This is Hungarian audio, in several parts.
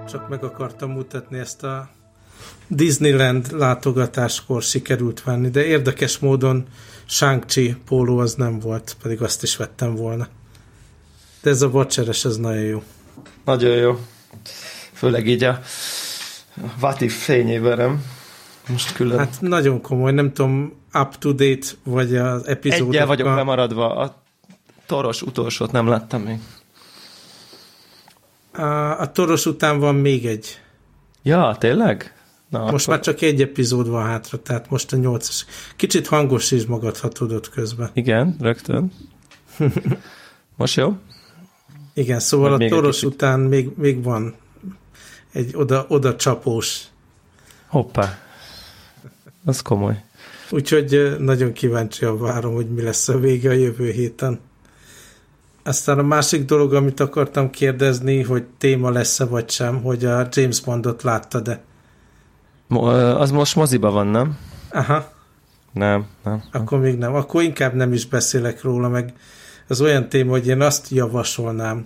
Csak meg akartam mutatni ezt a Disneyland látogatáskor sikerült venni, de érdekes módon Shang-Chi póló az nem volt, pedig azt is vettem volna. De ez a Watcheres, ez nagyon jó. Nagyon jó. Főleg így a What If fényében, nem? Most külön. Hát nagyon komoly, nem tudom, up to date, vagy az epizódokkal. Egyel vagyok bemaradva, a Toros utolsót nem láttam még. A Toros után van még egy. Ja, tényleg? Na, most akkor... már csak egy epizód van hátra, tehát most a 8-as. Kicsit hangos is magad, ha tudod közben. Igen, rögtön. Most jó? Igen, szóval a Toros után még van egy oda csapós. Hoppá. Az komoly. Úgyhogy nagyon kíváncsian várom, hogy mi lesz a vége a jövő héten. Aztán a másik dolog, amit akartam kérdezni, hogy téma lesz-e vagy sem, hogy a James Bondot láttad-e? Az most moziba van, nem? Aha. Nem. Akkor még nem. Akkor inkább nem is beszélek róla, meg az olyan téma, hogy én azt javasolnám,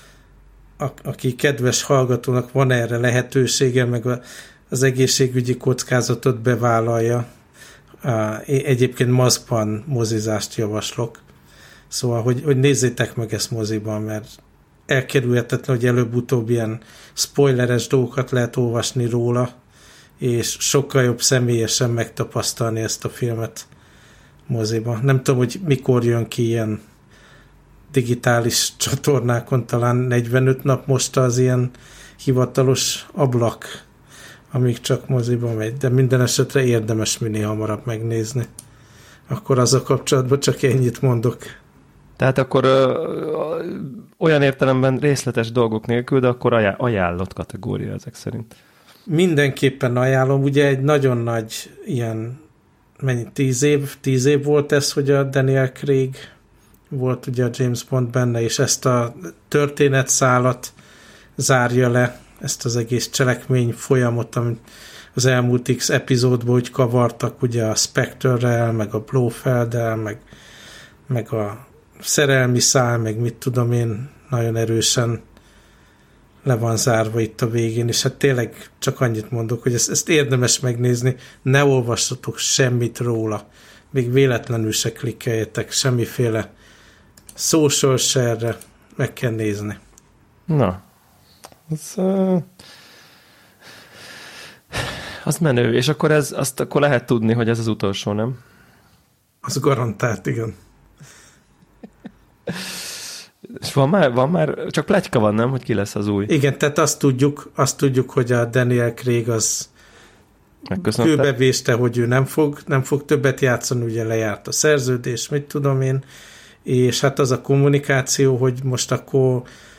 aki kedves hallgatónak van erre lehetősége, meg az egészségügyi kockázatot bevállalja. Egyébként maszkban mozizást javaslok. Szóval, hogy nézzétek meg ezt moziban, mert elkerülhetetlen, hogy előbb-utóbb ilyen spoileres dolgokat lehet olvasni róla, és sokkal jobb személyesen megtapasztalni ezt a filmet moziban. Nem tudom, hogy mikor jön ki ilyen digitális csatornákon, talán 45 nap most az ilyen hivatalos ablak, amíg csak moziban megy, de minden esetre érdemes minél hamarabb megnézni. Akkor az a kapcsolatban csak ennyit mondok. Tehát akkor olyan értelemben részletes dolgok nélkül, de akkor ajánlott kategória ezek szerint. Mindenképpen ajánlom. Ugye egy nagyon nagy ilyen, 10 év volt ez, hogy a Daniel Craig volt ugye a James Bond benne, és ezt a történetszálat zárja le, ezt az egész cselekmény folyamot, amit az elmúlt X epizódban úgy kavartak, ugye a Spectre-rel, meg a Blofeld-el, meg a szerelmi szál, meg mit tudom én, nagyon erősen le van zárva itt a végén, és hát tényleg csak annyit mondok, hogy ezt érdemes megnézni, ne olvassatok semmit róla, még véletlenül se klikkeljetek, semmiféle social share-re, meg kell nézni. Na, az menő, és akkor azt akkor lehet tudni, hogy ez az utolsó, nem? Az garantált, igen. És van már, csak pletyka van, nem, hogy ki lesz az új? Igen, tehát azt tudjuk, hogy a Daniel Craig az kőbevéste, hogy ő nem fog többet játszani, ugye lejárt a szerződés, mit tudom én, és hát az a kommunikáció, hogy most akkor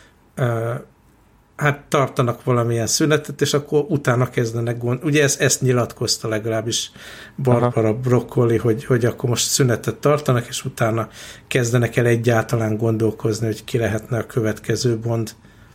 hát tartanak valamilyen szünetet, és akkor utána kezdenek ugye ezt nyilatkozta legalábbis Barbara Broccoli, hogy akkor most szünetet tartanak, és utána kezdenek el egyáltalán gondolkozni, hogy ki lehetne a következő Bond.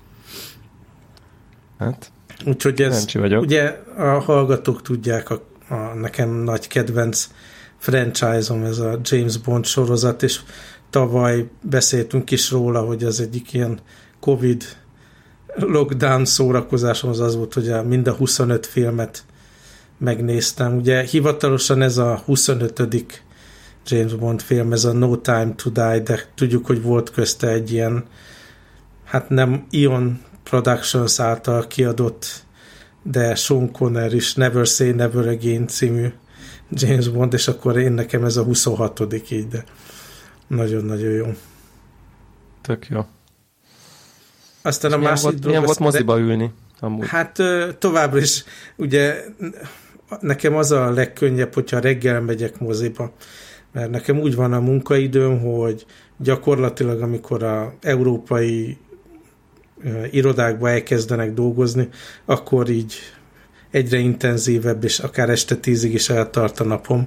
Hát, úgyhogy ez, ugye a hallgatók tudják, a nekem nagy kedvenc franchise-om, ez a James Bond sorozat, és tavaly beszéltünk is róla, hogy az egyik ilyen Covid lockdown szórakozásom az volt, hogy mind a 25 filmet megnéztem. Ugye hivatalosan ez a 25. James Bond film, ez a No Time to Die, de tudjuk, hogy volt közte egy ilyen, hát nem Eon Productions által kiadott, de Sean Connery is Never Say Never Again című James Bond, és akkor nekem ez a 26. így, de nagyon-nagyon jó. Tök jó. Aztán a másik dolog... Milyen volt moziba ülni? Amúgy. Hát továbbra is, ugye nekem az a legkönnyebb, hogyha reggel megyek moziba, mert nekem úgy van a munkaidőm, hogy gyakorlatilag amikor a európai irodákba elkezdenek dolgozni, akkor így egyre intenzívebb, és akár este 10-ig is eltart a napom.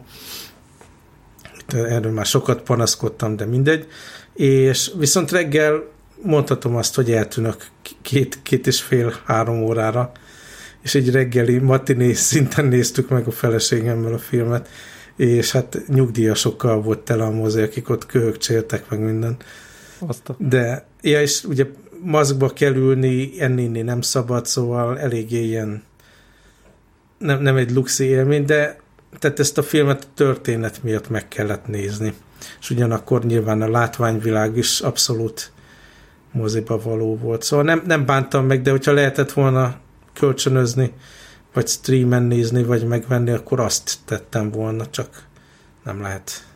Erről már sokat panaszkodtam, de mindegy. És viszont reggel mondhatom azt, hogy eltűnök 2,5-3 órára, és egy reggeli matiné szinten néztük meg a feleségemmel a filmet, és hát nyugdíjasokkal volt tele a mozi, akik ott köhögcséltek meg minden. De, ja, és ugye maszkba kell ülni, enni nem szabad, szóval eléggé ilyen nem egy luxi élmény, de tehát ezt a filmet a történet miatt meg kellett nézni. És ugyanakkor nyilván a látványvilág is abszolút moziba való volt. Szóval nem bántam meg, de hogyha lehetett volna kölcsönözni, vagy streamen nézni, vagy megvenni, akkor azt tettem volna, csak nem lehet.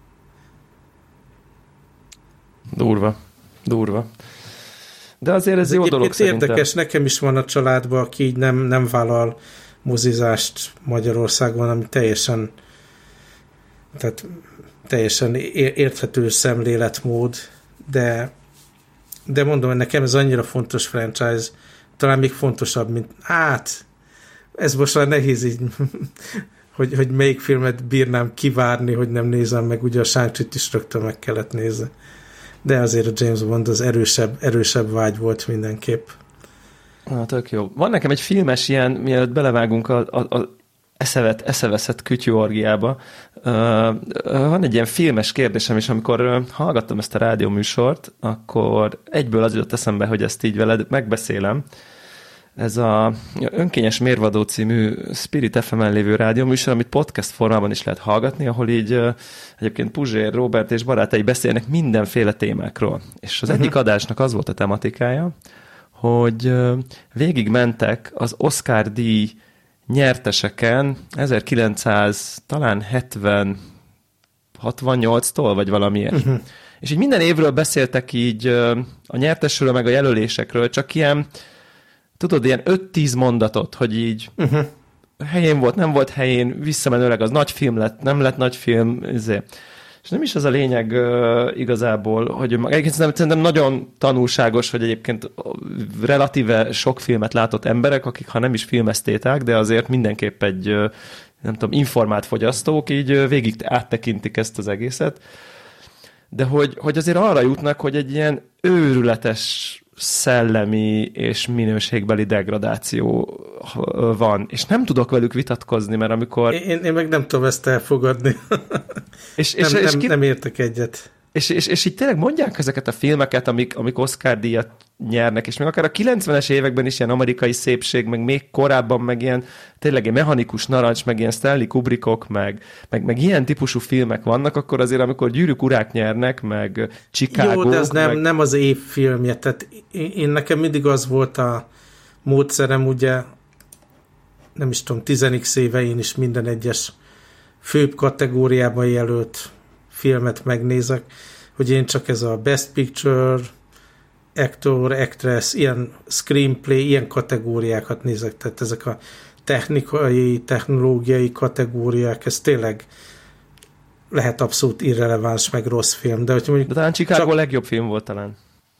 Durva. De azért ez jó dolog szerintem. Érdekes, nekem is van a családban, aki így nem vállal mozizást Magyarországon, ami teljesen érthető szemléletmód, de mondom, hogy nekem ez annyira fontos franchise, talán még fontosabb, mint ez most már nehéz így, hogy melyik filmet bírnám kivárni, hogy nem nézem meg, ugye a Shang-Chi-t is rögtön meg kellett nézni. De azért a James Bond az erősebb vágy volt mindenképp. Tök jó. Van nekem egy filmes ilyen, mielőtt belevágunk a eszeveszett kütyűorgiába. Van egy ilyen filmes kérdésem is, amikor hallgattam ezt a rádióműsort, akkor egyből az jutott eszembe, hogy ezt így veled megbeszélem. Ez a Önkényes Mérvadó című Spirit FM-en lévő rádióműsor, amit podcast formában is lehet hallgatni, ahol így egyébként Puzsér, Robert és barátai beszélnek mindenféle témákról. És az egyik adásnak az volt a tematikája, hogy végigmentek az Oscar-díj nyerteseken 1968-tól, vagy valami ilyesmi. És így minden évről beszéltek így a nyertesről, meg a jelölésekről, csak ilyen, tudod, ilyen 5-10 mondatot, hogy így helyén volt, nem volt helyén, visszamenőleg az nagy film lett, nem lett nagy film, és nem is az a lényeg igazából, hogy egyébként szerintem nagyon tanulságos, hogy egyébként relatíve sok filmet látott emberek, akik ha nem is filmesztéták, de azért mindenképp egy, nem tudom, informált fogyasztók, így végig áttekintik ezt az egészet. De hogy azért arra jutnak, hogy egy ilyen őrületes szellemi és minőségbeli degradáció van, és nem tudok velük vitatkozni, mert amikor... Én meg nem tudom ezt elfogadni. Nem értek egyet. És így tényleg mondják ezeket a filmeket, amik Oscar-díjat nyernek, és még akár a 90-es években is ilyen Amerikai Szépség, meg még korábban, meg ilyen tényleg ilyen Mechanikus Narancs, meg ilyen Stanley Kubrickok, meg ilyen típusú filmek vannak, akkor azért, amikor Gyűrűk urák nyernek, meg Chicago... Jó, de ez nem az év filmje, tehát én nekem mindig az volt a módszerem, ugye, nem is tudom, 10x éve én is minden egyes főbb kategóriában jelölt filmet megnézek, hogy én csak ez a Best Picture, Actor, Actress, ilyen Screenplay, ilyen kategóriákat nézek, tehát ezek a technológiai kategóriák, ez tényleg lehet abszolút irreleváns, meg rossz film. De talán Chicago a legjobb film volt talán.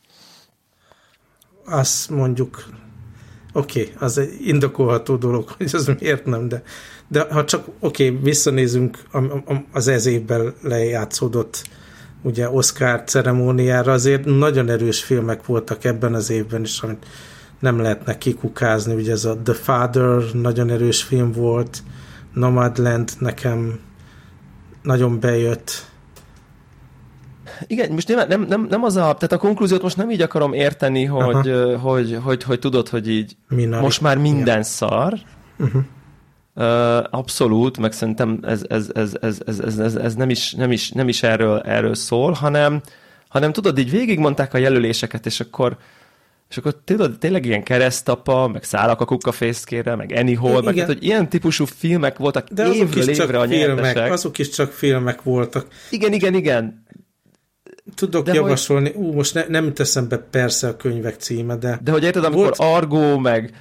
Azt mondjuk, az egy indokolható dolog, hogy az miért nem, de ha csak visszanézünk az ez évben lejátszódott ugye Oscar ceremóniára, azért nagyon erős filmek voltak ebben az évben is, amit nem lehetne kikukázni. Ugye ez a The Father nagyon erős film volt, Nomadland nekem nagyon bejött. Igen, most nem az tehát a konklúziót most nem így akarom érteni, hogy tudod, hogy így most már minden szar. Abszolút, meg szerintem ez nem is erről szól, hanem tudod, így végigmondták a jelöléseket, és akkor tudod, tényleg ilyen Keresztapa, meg Szállak a kukkafészkére, meg Annie Hall, meg tehát, hogy ilyen típusú filmek voltak évről évre a nyertesek. Azok is csak filmek voltak. Igen. Tudok javasolni, most nem jut eszembe persze a könyvek címe, de... De hogy érted, amikor Argo,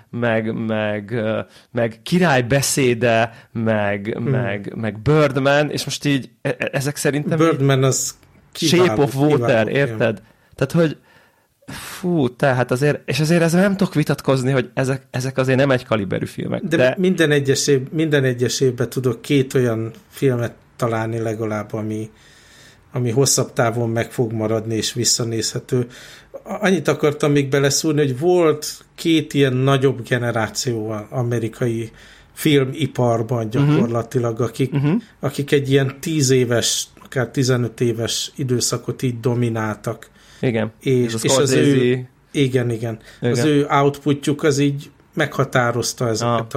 meg Király beszéde, meg Birdman, és most így ezek szerintem... Birdman az kiváló, Shape of Water, érted? Tehát, hogy tehát azért, és azért ezzel nem tudok vitatkozni, hogy ezek azért nem egy kaliberű filmek. De minden egyes évben tudok 2 olyan filmet találni legalább, ami hosszabb távon meg fog maradni, és visszanézhető. Annyit akartam még beleszúrni, hogy volt 2 ilyen nagyobb generáció amerikai filmiparban gyakorlatilag, akik egy ilyen 10 éves, akár 15 éves időszakot így domináltak. Igen. És az ő Igen. Az ő outputjuk az így meghatározta ezeket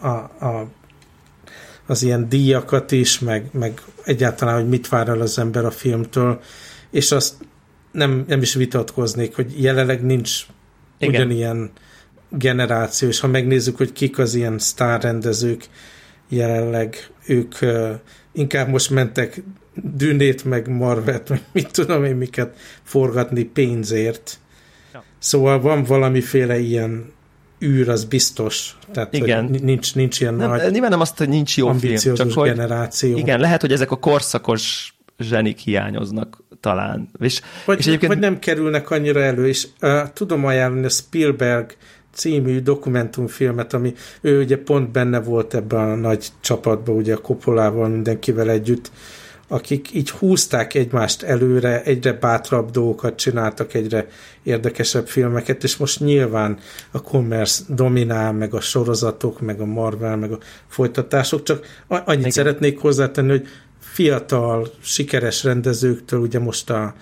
az ilyen díjakat is, meg egyáltalán, hogy mit vár el az ember a filmtől, és azt nem is vitatkoznék, hogy jelenleg nincs ugyanilyen generáció, és ha megnézzük, hogy kik az ilyen sztárrendezők jelenleg, ők inkább most mentek Dűnét, meg Marvelt, meg mit tudom én, miket forgatni pénzért. Ja. Szóval van valamiféle ilyen űr, az biztos. Tehát nincs ilyen nagy nyilván nem azt, hogy nincs jó film, csak hogy generáció. Igen, lehet, hogy ezek a korszakos zsenik hiányoznak talán. És egyébként... vagy nem kerülnek annyira elő, és tudom ajánlani a Spielberg című dokumentumfilmet, ami ő ugye pont benne volt ebben a nagy csapatban, ugye a Coppolával, mindenkivel együtt, akik így húzták egymást előre, egyre bátrabb dolgokat csináltak, egyre érdekesebb filmeket, és most nyilván a commerce dominál, meg a sorozatok, meg a Marvel, meg a folytatások, csak annyit szeretnék hozzátenni, hogy fiatal, sikeres rendezőktől, ugye most a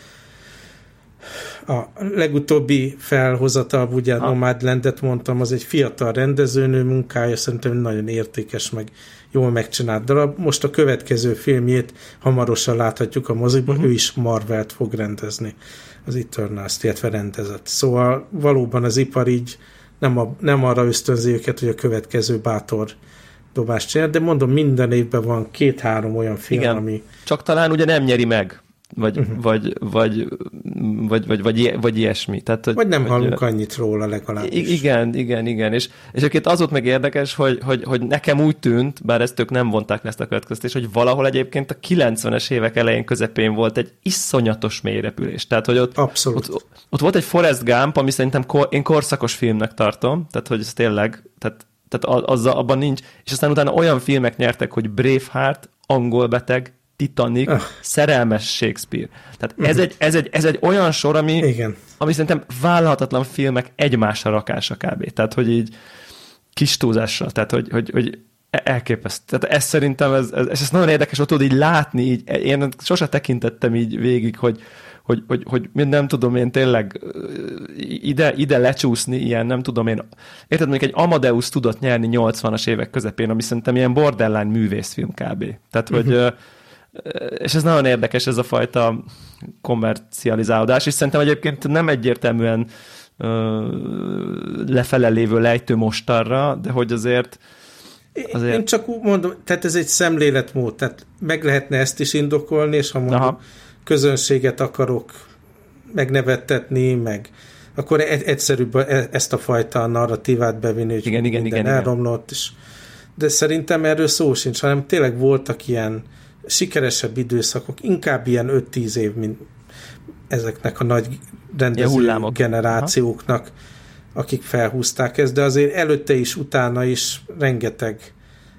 legutóbbi felhozatal, ugye Nomadlandet mondtam, az egy fiatal rendezőnő munkája, szerintem nagyon értékes, meg jól megcsinált darab. Most a következő filmjét hamarosan láthatjuk a mozikban, ő is Marvelt fog rendezni, az Eternals-t, illetve rendezett. Szóval valóban az ipar így nem arra ösztönzi őket, hogy a következő bátor dobást csinál, de mondom, minden évben van 2-3 olyan film, ami... Csak talán ugye nem nyeri meg, vagy ilyesmi. Tehát, vagy nem hallunk annyit róla legalábbis. Igen. És egyébként az volt meg érdekes, hogy nekem úgy tűnt, bár ezt ők nem vonták le ezt a következtetést, hogy valahol egyébként a 90-es évek elején közepén volt egy iszonyatos mélyrepülés. Tehát, hogy ott volt egy Forrest Gump, ami szerintem én korszakos filmnek tartom, tehát, hogy ez tényleg, tehát abban nincs, és aztán utána olyan filmek nyertek, hogy Braveheart, Angolbeteg, Titanic, szerelmes Shakespeare. Tehát ez egy olyan sor, ami szerintem vállalhatatlan filmek egymásra rakása kb. Tehát, hogy így kis túlzásra, tehát, hogy elképesztő. Tehát ez szerintem, ez nagyon érdekes, hogy tudod így látni, így, én sose tekintettem így végig, hogy nem tudom én tényleg ide lecsúszni, ilyen nem tudom én. Érted, mondjuk egy Amadeus tudott nyerni 80-as évek közepén, ami szerintem ilyen borderline művészfilm kb. Tehát, hogy és ez nagyon érdekes, ez a fajta kommercializálódás, és szerintem egyébként nem egyértelműen lefele lévő lejtő mostarra, de hogy azért... Én csak úgy mondom, tehát ez egy szemléletmód, tehát meg lehetne ezt is indokolni, és ha mondom, közönséget akarok megnevettetni, meg akkor egyszerűbb ezt a fajta narratívát bevinni, hogy igen, elromlott, de szerintem erről szó sincs, hanem tényleg voltak ilyen sikeresebb időszakok, inkább ilyen 5-10 év, mint ezeknek a nagy rendező generációknak, akik felhúzták ezt, de azért előtte is, utána is rengeteg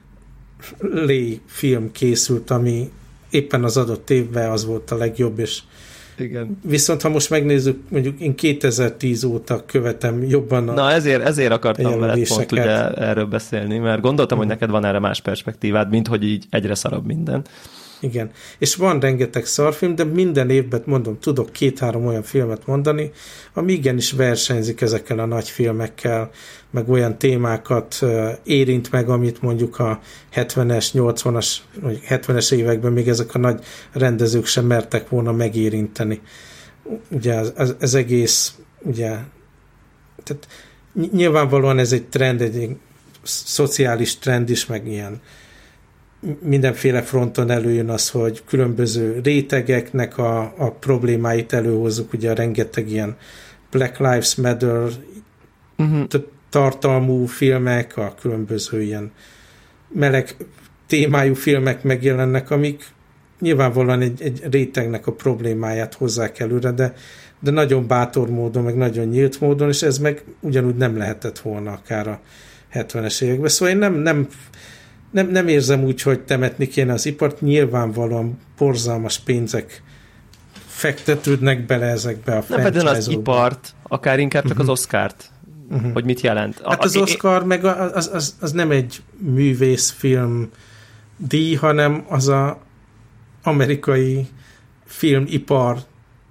film készült, ami éppen az adott évben az volt a legjobb, és viszont ha most megnézzük, mondjuk én 2010 óta követem jobban Na ezért akartam veled pont ugye erről beszélni, mert gondoltam, hogy neked van erre más perspektívád, mint hogy így egyre szarabb minden. Igen, és van rengeteg szarfilm, de minden évben mondom, tudok 2-3 olyan filmet mondani, ami igenis versenyzik ezekkel a nagy filmekkel, meg olyan témákat érint meg, amit mondjuk a 70-es, 80-as, vagy 70-es években még ezek a nagy rendezők sem mertek volna megérinteni. Ugye az egész, ugye, tehát nyilvánvalóan ez egy trend, egy szociális trend is, meg ilyen mindenféle fronton előjön az, hogy különböző rétegeknek a problémáit előhozzuk, ugye rengeteg ilyen Black Lives Matter tartalmú filmek, a különböző ilyen meleg témájú filmek megjelennek, amik nyilvánvalóan egy rétegnek a problémáját hozzák előre, de nagyon bátor módon, meg nagyon nyílt módon, és ez meg ugyanúgy nem lehetett volna akár a 70-es években. Szóval én nem érzem úgy, hogy temetni kéne az ipart, nyilvánvalóan borzalmas pénzek fektetődnek bele ezekbe a franchise-okba. Nem az ipart, akár inkább csak az Oscart, hogy mit jelent. Hát az Oscar meg az nem egy művészfilm díj, hanem az a amerikai filmipar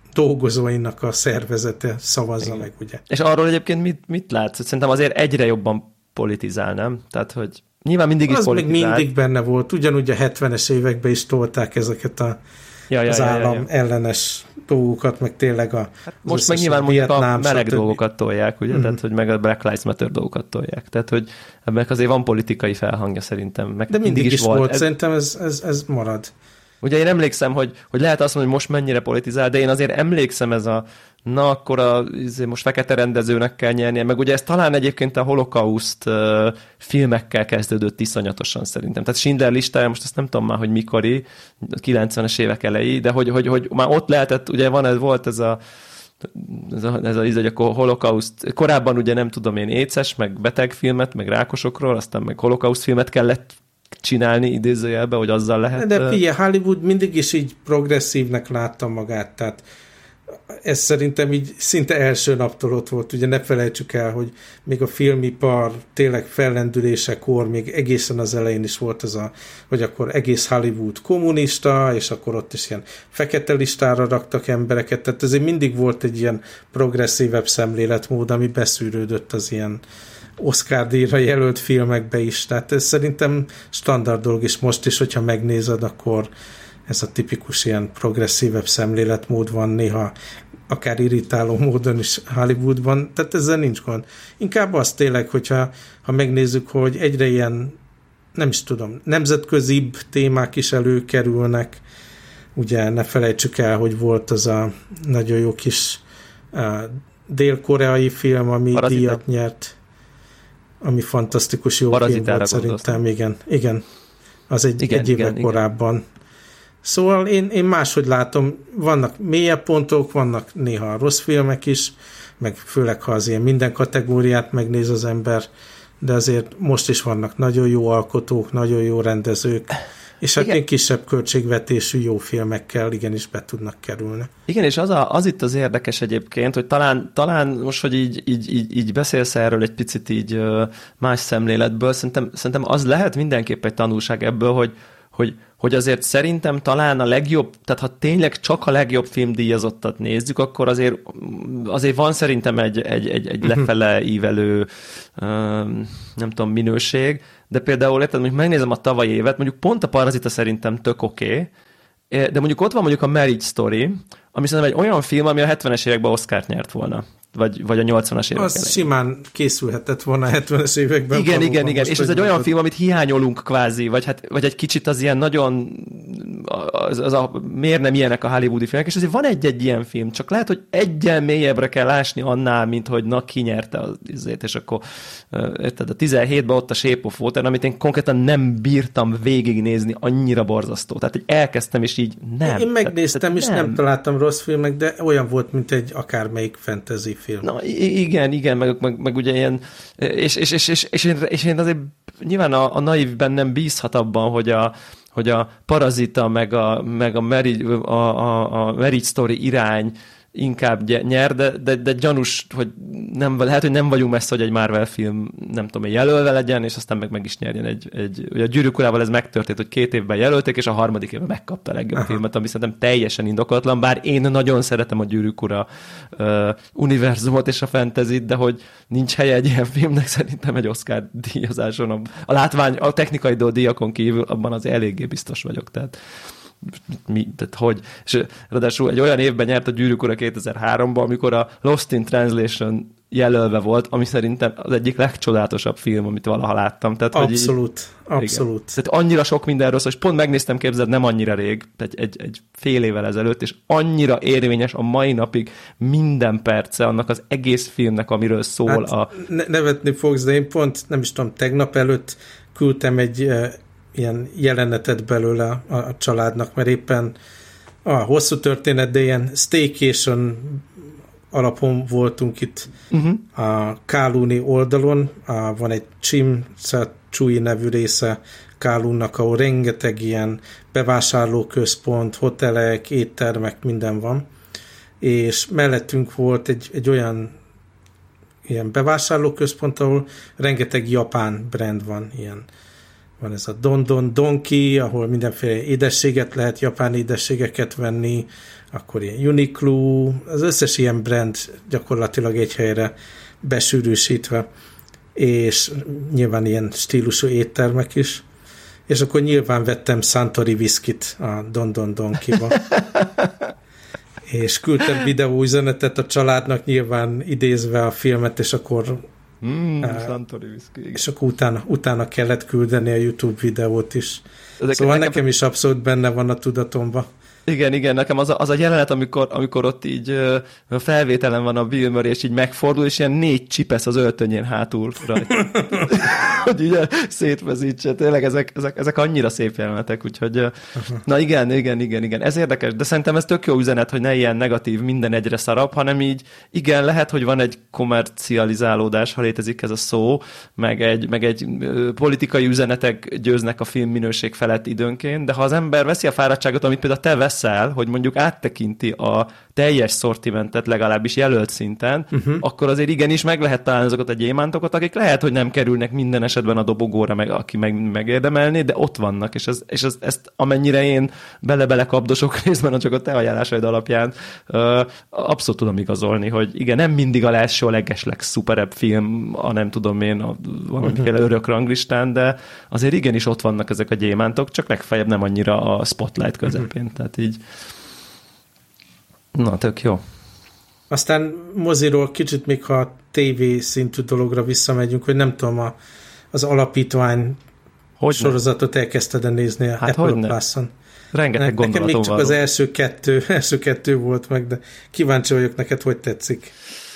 dolgozóinak a szervezete szavazza meg, ugye. És arról egyébként mit látsz? Szerintem azért egyre jobban politizál, nem? Tehát, hogy nyilván mindig is politizál. Az még mindig benne volt. Ugyanúgy a 70-es években is tolták ezeket az állam ellenes dolgokat, meg tényleg hát most meg nyilván mondjuk a meleg dolgokat tolják, ugye? Tehát, hogy meg a Black Lives Matter dolgokat tolják. Tehát, hogy ebben azért van politikai felhangja szerintem. Meg de mindig is volt. Szerintem ez marad. Ugye én emlékszem, hogy lehet azt mondani, hogy most mennyire politizál, de én azért emlékszem akkor most fekete rendezőnek kell nyernie, meg ugye ez talán egyébként a holokauszt filmekkel kezdődött iszonyatosan szerintem. Tehát Schindler listája, most azt nem tudom már, hogy mikori, 90-es évek elejé, de hogy már ott lehetett, ugye volt ez a holokauszt, korábban ugye nem tudom én éces, meg beteg filmet, meg rákosokról, aztán meg holokauszt filmet kellett csinálni idézőjelbe, hogy azzal lehet. De figyelj, Hollywood mindig is így progresszívnek látta magát, tehát ez szerintem így szinte első naptól ott volt. Ugye ne felejtsük el, hogy még a filmipar tényleg fellendülésekor, még egészen az elején is volt ez hogy akkor egész Hollywood kommunista, és akkor ott is ilyen fekete listára raktak embereket, tehát ezért mindig volt egy ilyen progresszívebb szemléletmód, ami beszűrődött az ilyen Oscar-díjra jelölt filmekbe is. Tehát ez szerintem standard dolog is most is, hogyha megnézed, akkor ez a tipikus ilyen progresszívebb szemléletmód van néha akár irritáló módon is Hollywoodban, tehát ezzel nincs gond. Inkább az tényleg, hogyha megnézzük, hogy egyre ilyen, nem is tudom, nemzetközibb témák is előkerülnek. Ugye ne felejtsük el, hogy volt az a nagyon jó kis dél-koreai film, ami díjat nyert, ami fantasztikus jó film volt szerintem. Igen. Az egy évvel korábban. Szóval én máshogy látom, vannak mélyebb pontok, vannak néha rossz filmek is, meg főleg, ha az ilyen minden kategóriát megnéz az ember, de azért most is vannak nagyon jó alkotók, nagyon jó rendezők, és hát még kisebb költségvetésű jó filmekkel igenis be tudnak kerülni. Igen, és az itt az érdekes egyébként, hogy talán most, hogy így beszélsz erről egy picit így más szemléletből, szerintem az lehet mindenképp egy tanulság ebből, hogy azért szerintem talán a legjobb, tehát ha tényleg csak a legjobb filmdíjazottat nézzük, akkor azért van szerintem egy lefele ívelő nem tudom, minőség, de például érted, mondjuk megnézem a tavalyi évet, mondjuk pont a Parazita szerintem tök oké, de mondjuk ott van mondjuk a Marriage Story, ami szerintem egy olyan film, ami a 70-es években Oscart nyert volna. Vagy a 80-as évek az elején. Simán készülhetett volna a 70-es években. Igen. És ez egy olyan film, amit hiányolunk kvázi, vagy egy kicsit az ilyen nagyon miért nem ilyenek a hollywoodi filmek, és azért van egy ilyen film, csak lehet, hogy egyen mélyebbre kell ásni annál, mint hogy ki nyerte az izét, és akkor érted, a 17-ben ott a Shape of Water, amit én konkrétan nem bírtam végignézni, annyira borzasztó. Tehát, hogy elkezdtem, és így nem. Én megnéztem, és nem találtam rossz filmek, de olyan volt, mint egy akármelyik fantasy film. Na, igen, meg ugye ilyen, és én azért nyilván a naív bennem bízhat abban, hogy a Parazita meg a Marriage Story irány inkább nyer, de gyanús, hogy lehet, hogy nem vagyunk messze, hogy egy Marvel film, nem tudom, jelölve legyen, és aztán meg is nyerjen ugye a Gyűrűk Urával ez megtörtént, hogy 2 évben jelölték, és a 3. évben megkapta a legjobb filmet, ami szerintem teljesen indokolatlan, bár én nagyon szeretem a Gyűrűk Ura univerzumot és a fantasyt, de hogy nincs helye egy ilyen filmnek szerintem egy Oscar díjazáson. A technikai díjakon kívül abban az eléggé biztos vagyok, tehát hogy, és ráadásul egy olyan évben nyert a Gyűrűk Ura 2003-ban, amikor a Lost in Translation jelölve volt, ami szerintem az egyik legcsodálatosabb film, amit valaha láttam. Tehát, abszolút. Tehát annyira sok mindenről szól, és pont megnéztem, képzeld, nem annyira rég, egy fél évvel ezelőtt, és annyira érvényes a mai napig minden perce annak az egész filmnek, amiről szól. Hát nevetni fogsz, de én pont, nem is tudom, tegnap előtt küldtem egy ilyen jelenetet belőle a családnak, mert éppen hosszú történet, de ilyen staycation alapon voltunk itt a Kowlooni oldalon. Van egy Chim Tsui nevű része Kowloonnak, ahol rengeteg ilyen bevásárlóközpont, hotelek, éttermek, minden van. És mellettünk volt egy olyan ilyen bevásárlóközpont, ahol rengeteg japán brand van, ilyen van ez a Don Don Donki, ahol mindenféle édességet lehet, japán édességeket venni, akkor ilyen Uniqlo, az összes ilyen brand gyakorlatilag egy helyre besűrűsítve, és nyilván ilyen stílusú éttermek is, és akkor nyilván vettem Suntory viszkit a Don Don Donkiba. És küldtem videóüzenetet a családnak, nyilván idézve a filmet, és akkor és akkor utána kellett küldeni a YouTube videót is. Szóval nekem is abszolút benne van a tudatomba. Igen, nekem az a jelenet, amikor ott így felvételen van a Bill Murray, és így megfordul, és ilyen 4 csipesz az öltönyén hátul rajta. Hogy így szétvezítse. Tényleg ezek annyira szép jelenetek, úgyhogy na igen. Ez érdekes, de szerintem ez tök jó üzenet, hogy ne ilyen negatív, minden egyre szarabb, hanem így igen, lehet, hogy van egy komercializálódás, ha létezik ez a szó, meg egy politikai üzenetek győznek a filmminőség felett időnként, de ha az ember veszi a fáradtságot, amit például te veszel, hogy mondjuk áttekinti a teljes szortimentet legalábbis jelölt szinten, akkor azért igenis meg lehet találni azokat a gyémántokat, akik lehet, hogy nem kerülnek minden esetben a dobogóra, meg aki megérdemelné, de ott vannak, és ezt amennyire én bele-bele kapdosok részben, csak a te ajánlásaid alapján abszolút tudom igazolni, hogy igen, nem mindig a leelső a legeslegszuperebb film, nem tudom én, valamiféle örök ranglistán, de azért igenis ott vannak ezek a gyémántok, csak legfeljebb nem annyira a spotlight közepén, tehát így na, tök jó. Aztán moziról kicsit még, ha a TV szintű dologra visszamegyünk, hogy nem tudom, az alapítvány sorozatot elkezdted nézni a Apple Plus-on. Rengeteg gondolatom nekem még csak van. az első kettő volt meg, de kíváncsi vagyok neked, hogy tetszik.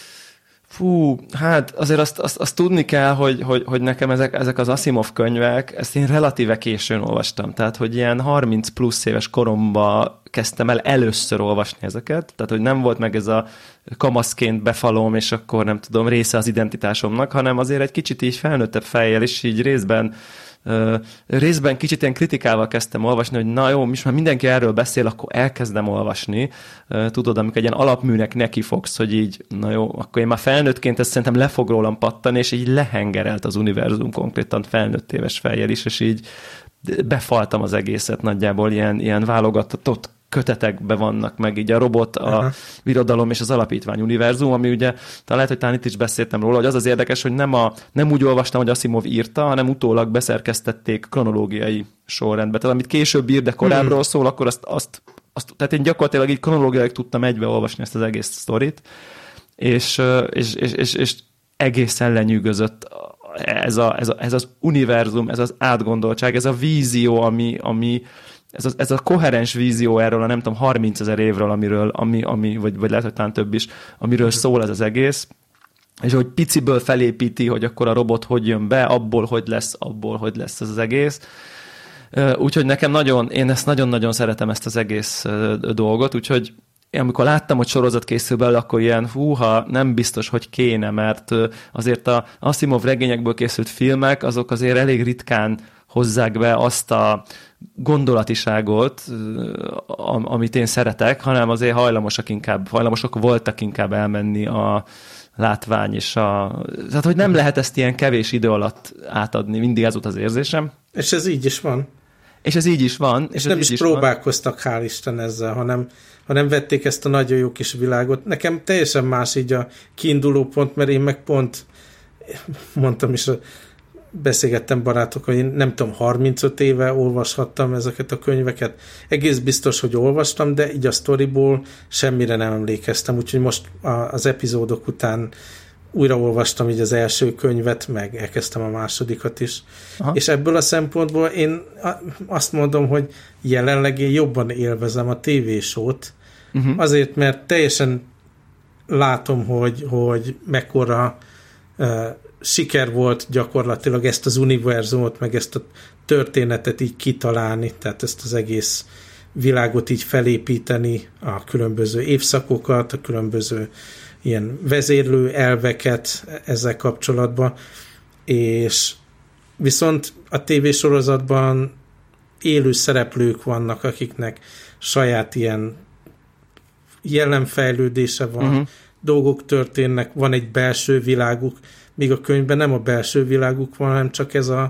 Fú, hát azért azt tudni kell, hogy nekem ezek az Asimov könyvek, ezt én relatíve későn olvastam, tehát hogy ilyen 30 plusz éves koromban kezdtem el először olvasni ezeket, tehát hogy nem volt meg ez a kamaszként befalom, és akkor nem tudom, része az identitásomnak, hanem azért egy kicsit így felnőttebb fejjel, és így részben kicsit ilyen kritikával kezdtem olvasni, hogy na jó, most már mindenki erről beszél, akkor elkezdem olvasni. Tudod, amikor egy ilyen alapműnek nekifogsz, hogy így, na jó, akkor én már felnőttként ezt szerintem le fog rólam pattani, és így lehengerelt az univerzum konkrétan felnőtt éves fejjel is, és így befaltam az egészet nagyjából, ilyen válogatott kötetekbe vannak meg, így a robot, a birodalom és az alapítvány univerzum, ami ugye, lehet, hogy talán itt is beszéltem róla, hogy az érdekes, hogy nem úgy olvastam, hogy Asimov írta, hanem utólag beszerkesztették kronológiai sorrendbe. Tehát amit később ír, de korábbról szól, akkor azt tehát én gyakorlatilag így kronológiailag tudtam egybe olvasni ezt az egész sztorit, és egészen lenyűgözött ez az univerzum, ez az átgondoltság, ez a vízió, ami ez a koherens vízió erről a nem tudom 30 000 évről, vagy lehet, hogy talán több is, amiről szól ez az egész, és hogy piciből felépíti, hogy akkor a robot hogy jön be, abból hogy lesz ez az egész. Úgyhogy nekem én ezt nagyon-nagyon szeretem, ezt az egész dolgot, úgyhogy én amikor láttam, hogy sorozat készül belőle, akkor ilyen húha, nem biztos, hogy kéne, mert azért a Asimov regényekből készült filmek, azok azért elég ritkán hozzák be azt a gondolatiságot, amit én szeretek, hanem azért hajlamosak voltak inkább elmenni a látvány és tehát, hogy nem lehet ezt ilyen kevés idő alatt átadni, mindig ez volt az érzésem. És ez így is van. És nem is próbálkoztak, hál' Isten ezzel, hanem vették ezt a nagyon jó kis világot. Nekem teljesen más így a kiinduló pont, mert én meg pont mondtam is, beszélgettem barátokkal, hogy én nem tudom, 35 éve olvashattam ezeket a könyveket. Egész biztos, hogy olvastam, de így a sztoriból semmire nem emlékeztem, úgyhogy most az epizódok után újraolvastam így az első könyvet, meg elkezdtem a másodikat is. Aha. És ebből a szempontból én azt mondom, hogy jelenleg én jobban élvezem a tévésót, azért, mert teljesen látom, hogy mekkora siker volt gyakorlatilag ezt az univerzumot, meg ezt a történetet így kitalálni, tehát ezt az egész világot így felépíteni, a különböző évszakokat, a különböző ilyen vezérlő elveket ezzel kapcsolatban, és viszont a tévésorozatban élő szereplők vannak, akiknek saját ilyen jelenfejlődése van, dolgok történnek, van egy belső világuk, míg a könyvben nem a belső világuk van, hanem csak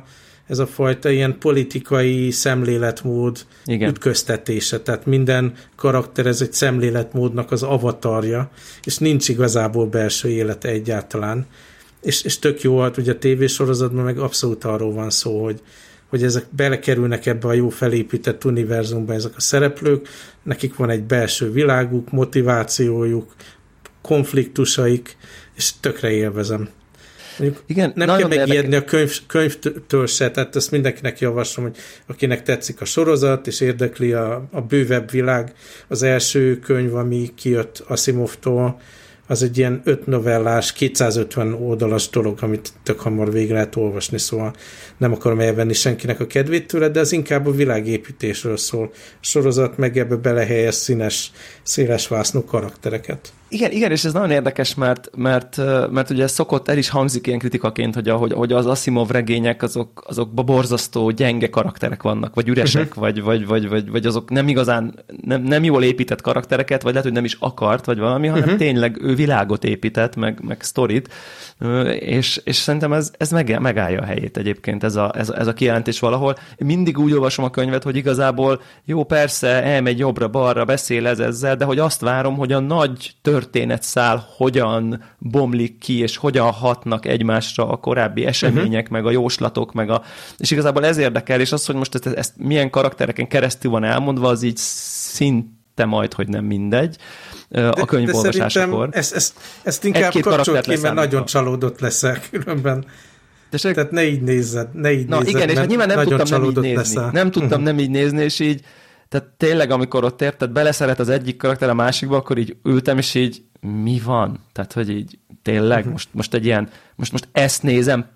ez a fajta ilyen politikai szemléletmód ütköztetése. Tehát minden karakter ez egy szemléletmódnak az avatarja, és nincs igazából belső élete egyáltalán. És tök jó, hát ugye a tévésorozatban meg abszolút arról van szó, hogy ezek belekerülnek ebbe a jó felépített univerzumba ezek a szereplők, nekik van egy belső világuk, motivációjuk, konfliktusaik, és tökre élvezem. Igen, nem kell megijedni a könyvtől se, tehát ezt mindenkinek javaslom, hogy akinek tetszik a sorozat, és érdekli a bővebb világ, az első könyv, ami kijött Asimovtól, az egy ilyen 5 novellás, 250 oldalas dolog, amit tök hamar végre lehet olvasni, szóval nem akarom elvenni senkinek a kedvét tőle, de az inkább a világépítésről szól. A sorozat meg ebbe belehelyez színes, szélesvásznú karaktereket. Igen, és ez nagyon érdekes, mert ugye szokott, el is hangzik ilyen kritikaként, hogy az Asimov regények azokba borzasztó gyenge karakterek vannak, vagy üresek, vagy azok nem igazán, nem jól épített karaktereket, vagy lehet, hogy nem is akart, vagy valami, hanem tényleg ő világot épített, meg sztorit, és szerintem ez megállja a helyét egyébként, ez a kijelentés valahol. Én mindig úgy olvasom a könyvet, hogy igazából jó, persze, elmegy jobbra-balra, beszél ezzel, de hogy azt várom, hogy a nagy történetszál hogyan bomlik ki, és hogyan hatnak egymásra a korábbi események, meg a jóslatok, és igazából ez érdekel, és az, hogy most ezt milyen karaktereken keresztül van elmondva, az így szinte majd, hogy nem mindegy a könyvolvasásakor. Ezt inkább kapcsolt ki, mert nagyon csalódott leszel különben. Tehát ne így nézzed, igen, és hát nyilván nem tudtam nem így nézni. Leszel. Nem tudtam nem így nézni, és így tehát tényleg, amikor ott érted, beleszeret az egyik karakter a másikba, akkor így ültem, és így mi van? Tehát, hogy így tényleg most egy ilyen, most ezt nézem,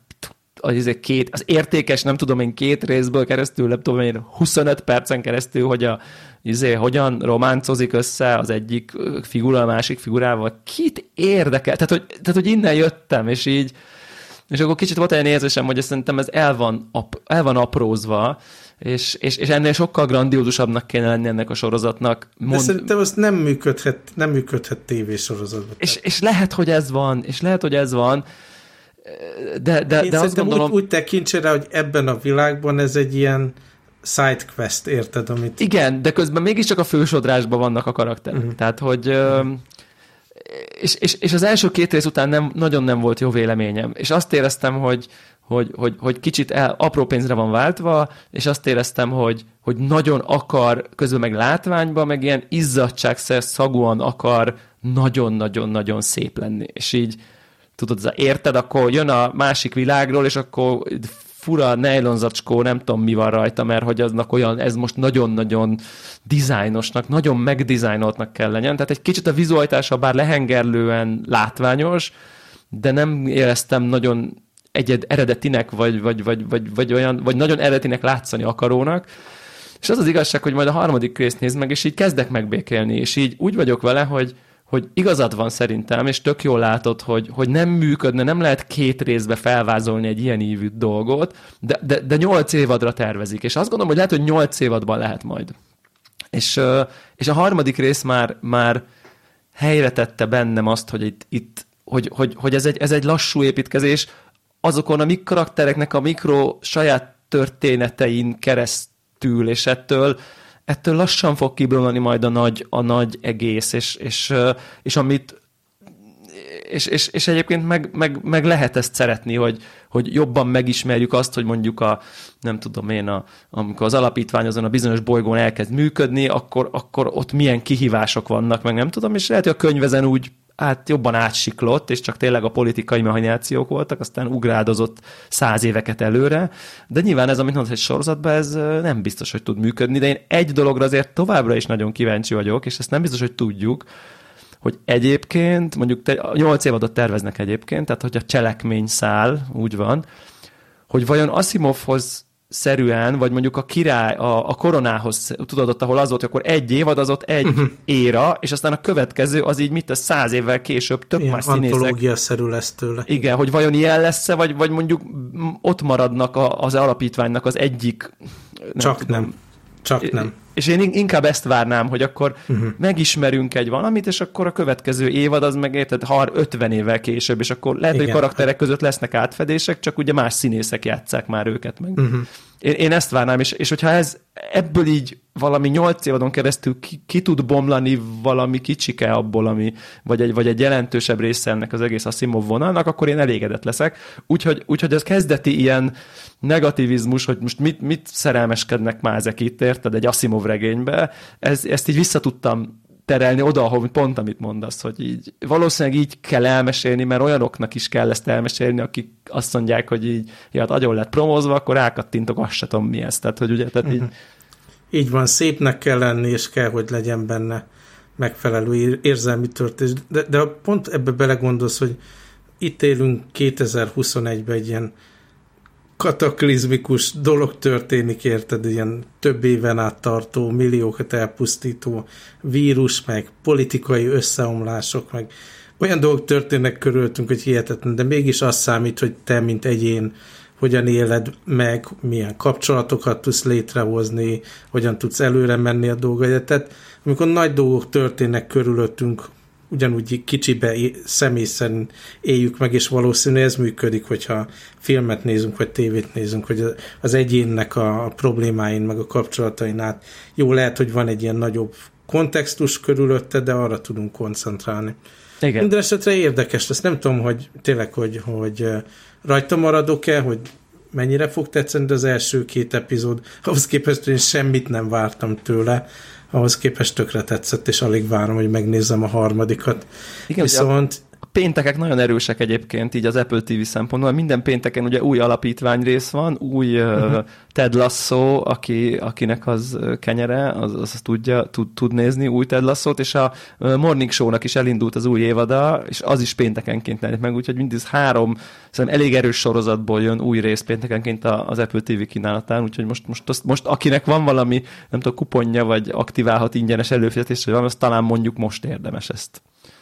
az értékes, nem tudom én 2 részből keresztül, nem tudom én 25 percen keresztül, hogy hogyan románcozik össze az egyik figura a másik figurával. Kit érdekel? Tehát, hogy innen jöttem, és akkor kicsit volt egy érzésem, hogy szerintem ez el van aprózva, és ennél sokkal grandiózusabbnak kéne lenni ennek a sorozatnak. De szerintem az nem működhet tévésorozatban. És lehet, hogy ez van, de azt gondolom... Úgy tekintse rá, hogy ebben a világban ez egy ilyen sidequest, érted? Amit... Igen, de közben mégiscsak a fősodrásban vannak a karakterek. Tehát, hogy... És az első 2 rész után nagyon nem volt jó véleményem. És azt éreztem, hogy kicsit apró pénzre van váltva, és azt éreztem, hogy nagyon akar, közben meg látványban, meg ilyen izzadságszerű szagúan akar nagyon-nagyon-nagyon szép lenni. És így, tudod, érted, akkor jön a másik világról, és akkor fura nejlonzacskó, nem tudom mi van rajta, mert hogy aznak olyan, ez most nagyon-nagyon dizájnosnak, nagyon megdizájnoltnak kell legyen. Tehát egy kicsit a vizualitása bár lehengerlően látványos, de nem éreztem nagyon eredetinek, vagy nagyon eredetinek látszani akarónak. És az az igazság, hogy majd a 3. részt nézd meg, és így kezdek megbékélni, és így úgy vagyok vele, hogy igazad van szerintem, és tök jól látod, hogy nem működne, nem lehet 2 részbe felvázolni egy ilyen ívű dolgot, de 8 évadra tervezik, és azt gondolom, hogy lehet, hogy 8 évadban lehet majd. És a 3. rész már helyre tette bennem azt, hogy ez egy lassú építkezés, azokon a karaktereknek a saját történetein keresztül, és ettől lassan fog kibomlani majd a nagy egész, és amit és egyébként meg lehet ezt szeretni, hogy jobban megismerjük azt, hogy mondjuk nem tudom én, amikor az alapítvány azon a bizonyos bolygón elkezd működni, akkor ott milyen kihívások vannak, meg nem tudom, és lehet, hogy a könyv ezen úgy jobban átsiklott, és csak tényleg a politikai machinációk voltak, aztán ugrádozott 100 éveket előre, de nyilván ez, amit mondod, egy sorozatban, ez nem biztos, hogy tud működni, de én egy dologra azért továbbra is nagyon kíváncsi vagyok, és ezt nem biztos, hogy tudjuk, hogy egyébként, mondjuk 8 évadot terveznek egyébként, tehát hogy a cselekményszál úgy van, hogy vajon Asimovhoz szerűen, vagy mondjuk a király, a koronához, tudod ott, ahol az volt, hogy akkor 1 évad, az ott 1 éra, és aztán a következő az így 100 évvel később több más színészek. Antológia-szerű lesz tőle. Igen, hogy vajon ilyen lesz-e, vagy mondjuk ott maradnak az alapítványnak az egyik... Csak nem. És én inkább ezt várnám, hogy akkor megismerünk egy valamit, és akkor a következő évad az meg érted 50 évvel később, és akkor lehet, hogy karakterek között lesznek átfedések, csak ugye más színészek játsszák már őket meg. Én ezt várnám, és hogyha ebből így valami 8 évadon keresztül ki tud bomlani valami kicsike abból, vagy egy jelentősebb része ennek az egész Asimov vonalnak, akkor én elégedett leszek. Úgyhogy ez kezdeti ilyen negativizmus, hogy most mit szerelmeskednek már ezek itt, érted, egy Asimov regénybe, ezt így vissza tudtam terelni oda, ahol pont amit mondasz, hogy így valószínűleg így kell elmesélni, mert olyanoknak is kell ezt elmesélni, akik azt mondják, hogy így, hát agyon lett promózva, akkor rákattintok, azt se tudom mi ez. Tehát, hogy ugye, tehát így van, szépnek kell lenni, és kell, hogy legyen benne megfelelő érzelmi töltés. De pont ebbe belegondolsz, hogy itt élünk 2021-ben egy ilyen kataklizmikus dolog történik, érted, ilyen több éven át tartó, milliókat elpusztító vírus, meg politikai összeomlások, meg olyan dolgok történnek körülöttünk, hogy hihetetlen, de mégis az számít, hogy te, mint egyén, hogyan éled meg, milyen kapcsolatokat tudsz létrehozni, hogyan tudsz előre menni a dolgaidat. Tehát amikor nagy dolgok történnek körülöttünk, ugyanúgy kicsibe személy szerint éljük meg, és valószínűleg ez működik, hogyha filmet nézünk, vagy tévét nézünk, hogy az egyénnek a problémáin, meg a kapcsolatain át jó, lehet, hogy van egy ilyen nagyobb kontextus körülötte, de arra tudunk koncentrálni. Igen. Minden esetre érdekes lesz. Nem tudom, hogy tényleg, hogy rajta maradok-e, hogy mennyire fog tetszeni, de az első 2 epizód, ahhoz képest én semmit nem vártam tőle, ahhoz képest tökre tetszett, és alig várom, hogy megnézzem a harmadikat. Igen, viszont a péntekek nagyon erősek egyébként így az Apple TV szempontból. Minden pénteken ugye új alapítvány rész van, új Ted Lasso, akinek az kenyere, az tud nézni új Ted Lassót, és a Morning Show-nak is elindult az új évada, és az is péntekenként jelenik meg, úgyhogy mindez 3 szerintem elég erős sorozatból jön új rész péntekenként az Apple TV kínálatán, úgyhogy most akinek van valami, nem tudom, kuponja, vagy aktiválhat ingyenes előfizetés, vagy valami, azt talán mondjuk most érdemes ezt.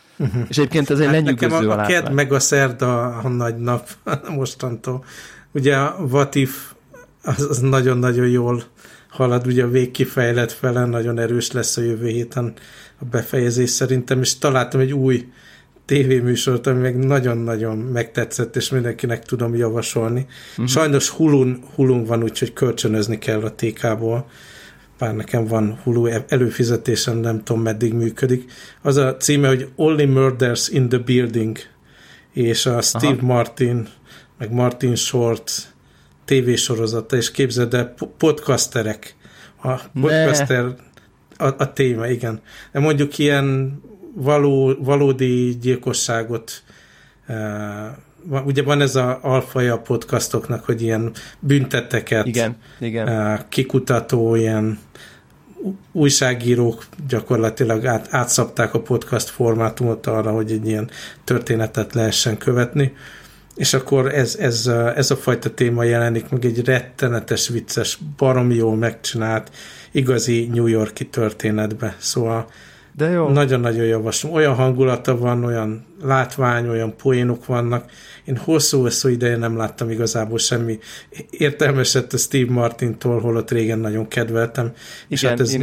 És egyébként ez egy lenyűgöző nekem a kedd meg a szerda a nagy nap mostantól. Ugye a What If az nagyon-nagyon jól halad, ugye a végkifejlett fele nagyon erős lesz a jövő héten a befejezés szerintem, és találtam egy új tévéműsort, ami meg nagyon-nagyon megtetszett, és mindenkinek tudom javasolni. Sajnos Hulun van, úgyhogy kölcsönözni kell a TK-ból. Bár nekem van Hulu előfizetésem, nem tudom, meddig működik. Az a címe, hogy Only Murders in the Building, és a Steve Martin, meg Martin Short tévésorozata, és képzeld el, podcasterek. Podcaster a téma, igen. De mondjuk ilyen valódi gyilkosságot ugye van ez az alfaja a podcastoknak, hogy ilyen bünteteket igen. kikutató, ilyen újságírók gyakorlatilag átszabták a podcast formátumot arra, hogy egy ilyen történetet lehessen követni, és akkor ez a fajta téma jelenik meg egy rettenetes, vicces, baromi jól megcsinált, igazi New York-i történetbe. Szóval de jó. Nagyon-nagyon javaslom. Olyan hangulata van, olyan látvány, olyan poénok vannak. Én hosszú ideje nem láttam igazából semmi értelmeset a Steve Martintól, holott régen nagyon kedveltem. Igen, és hát ez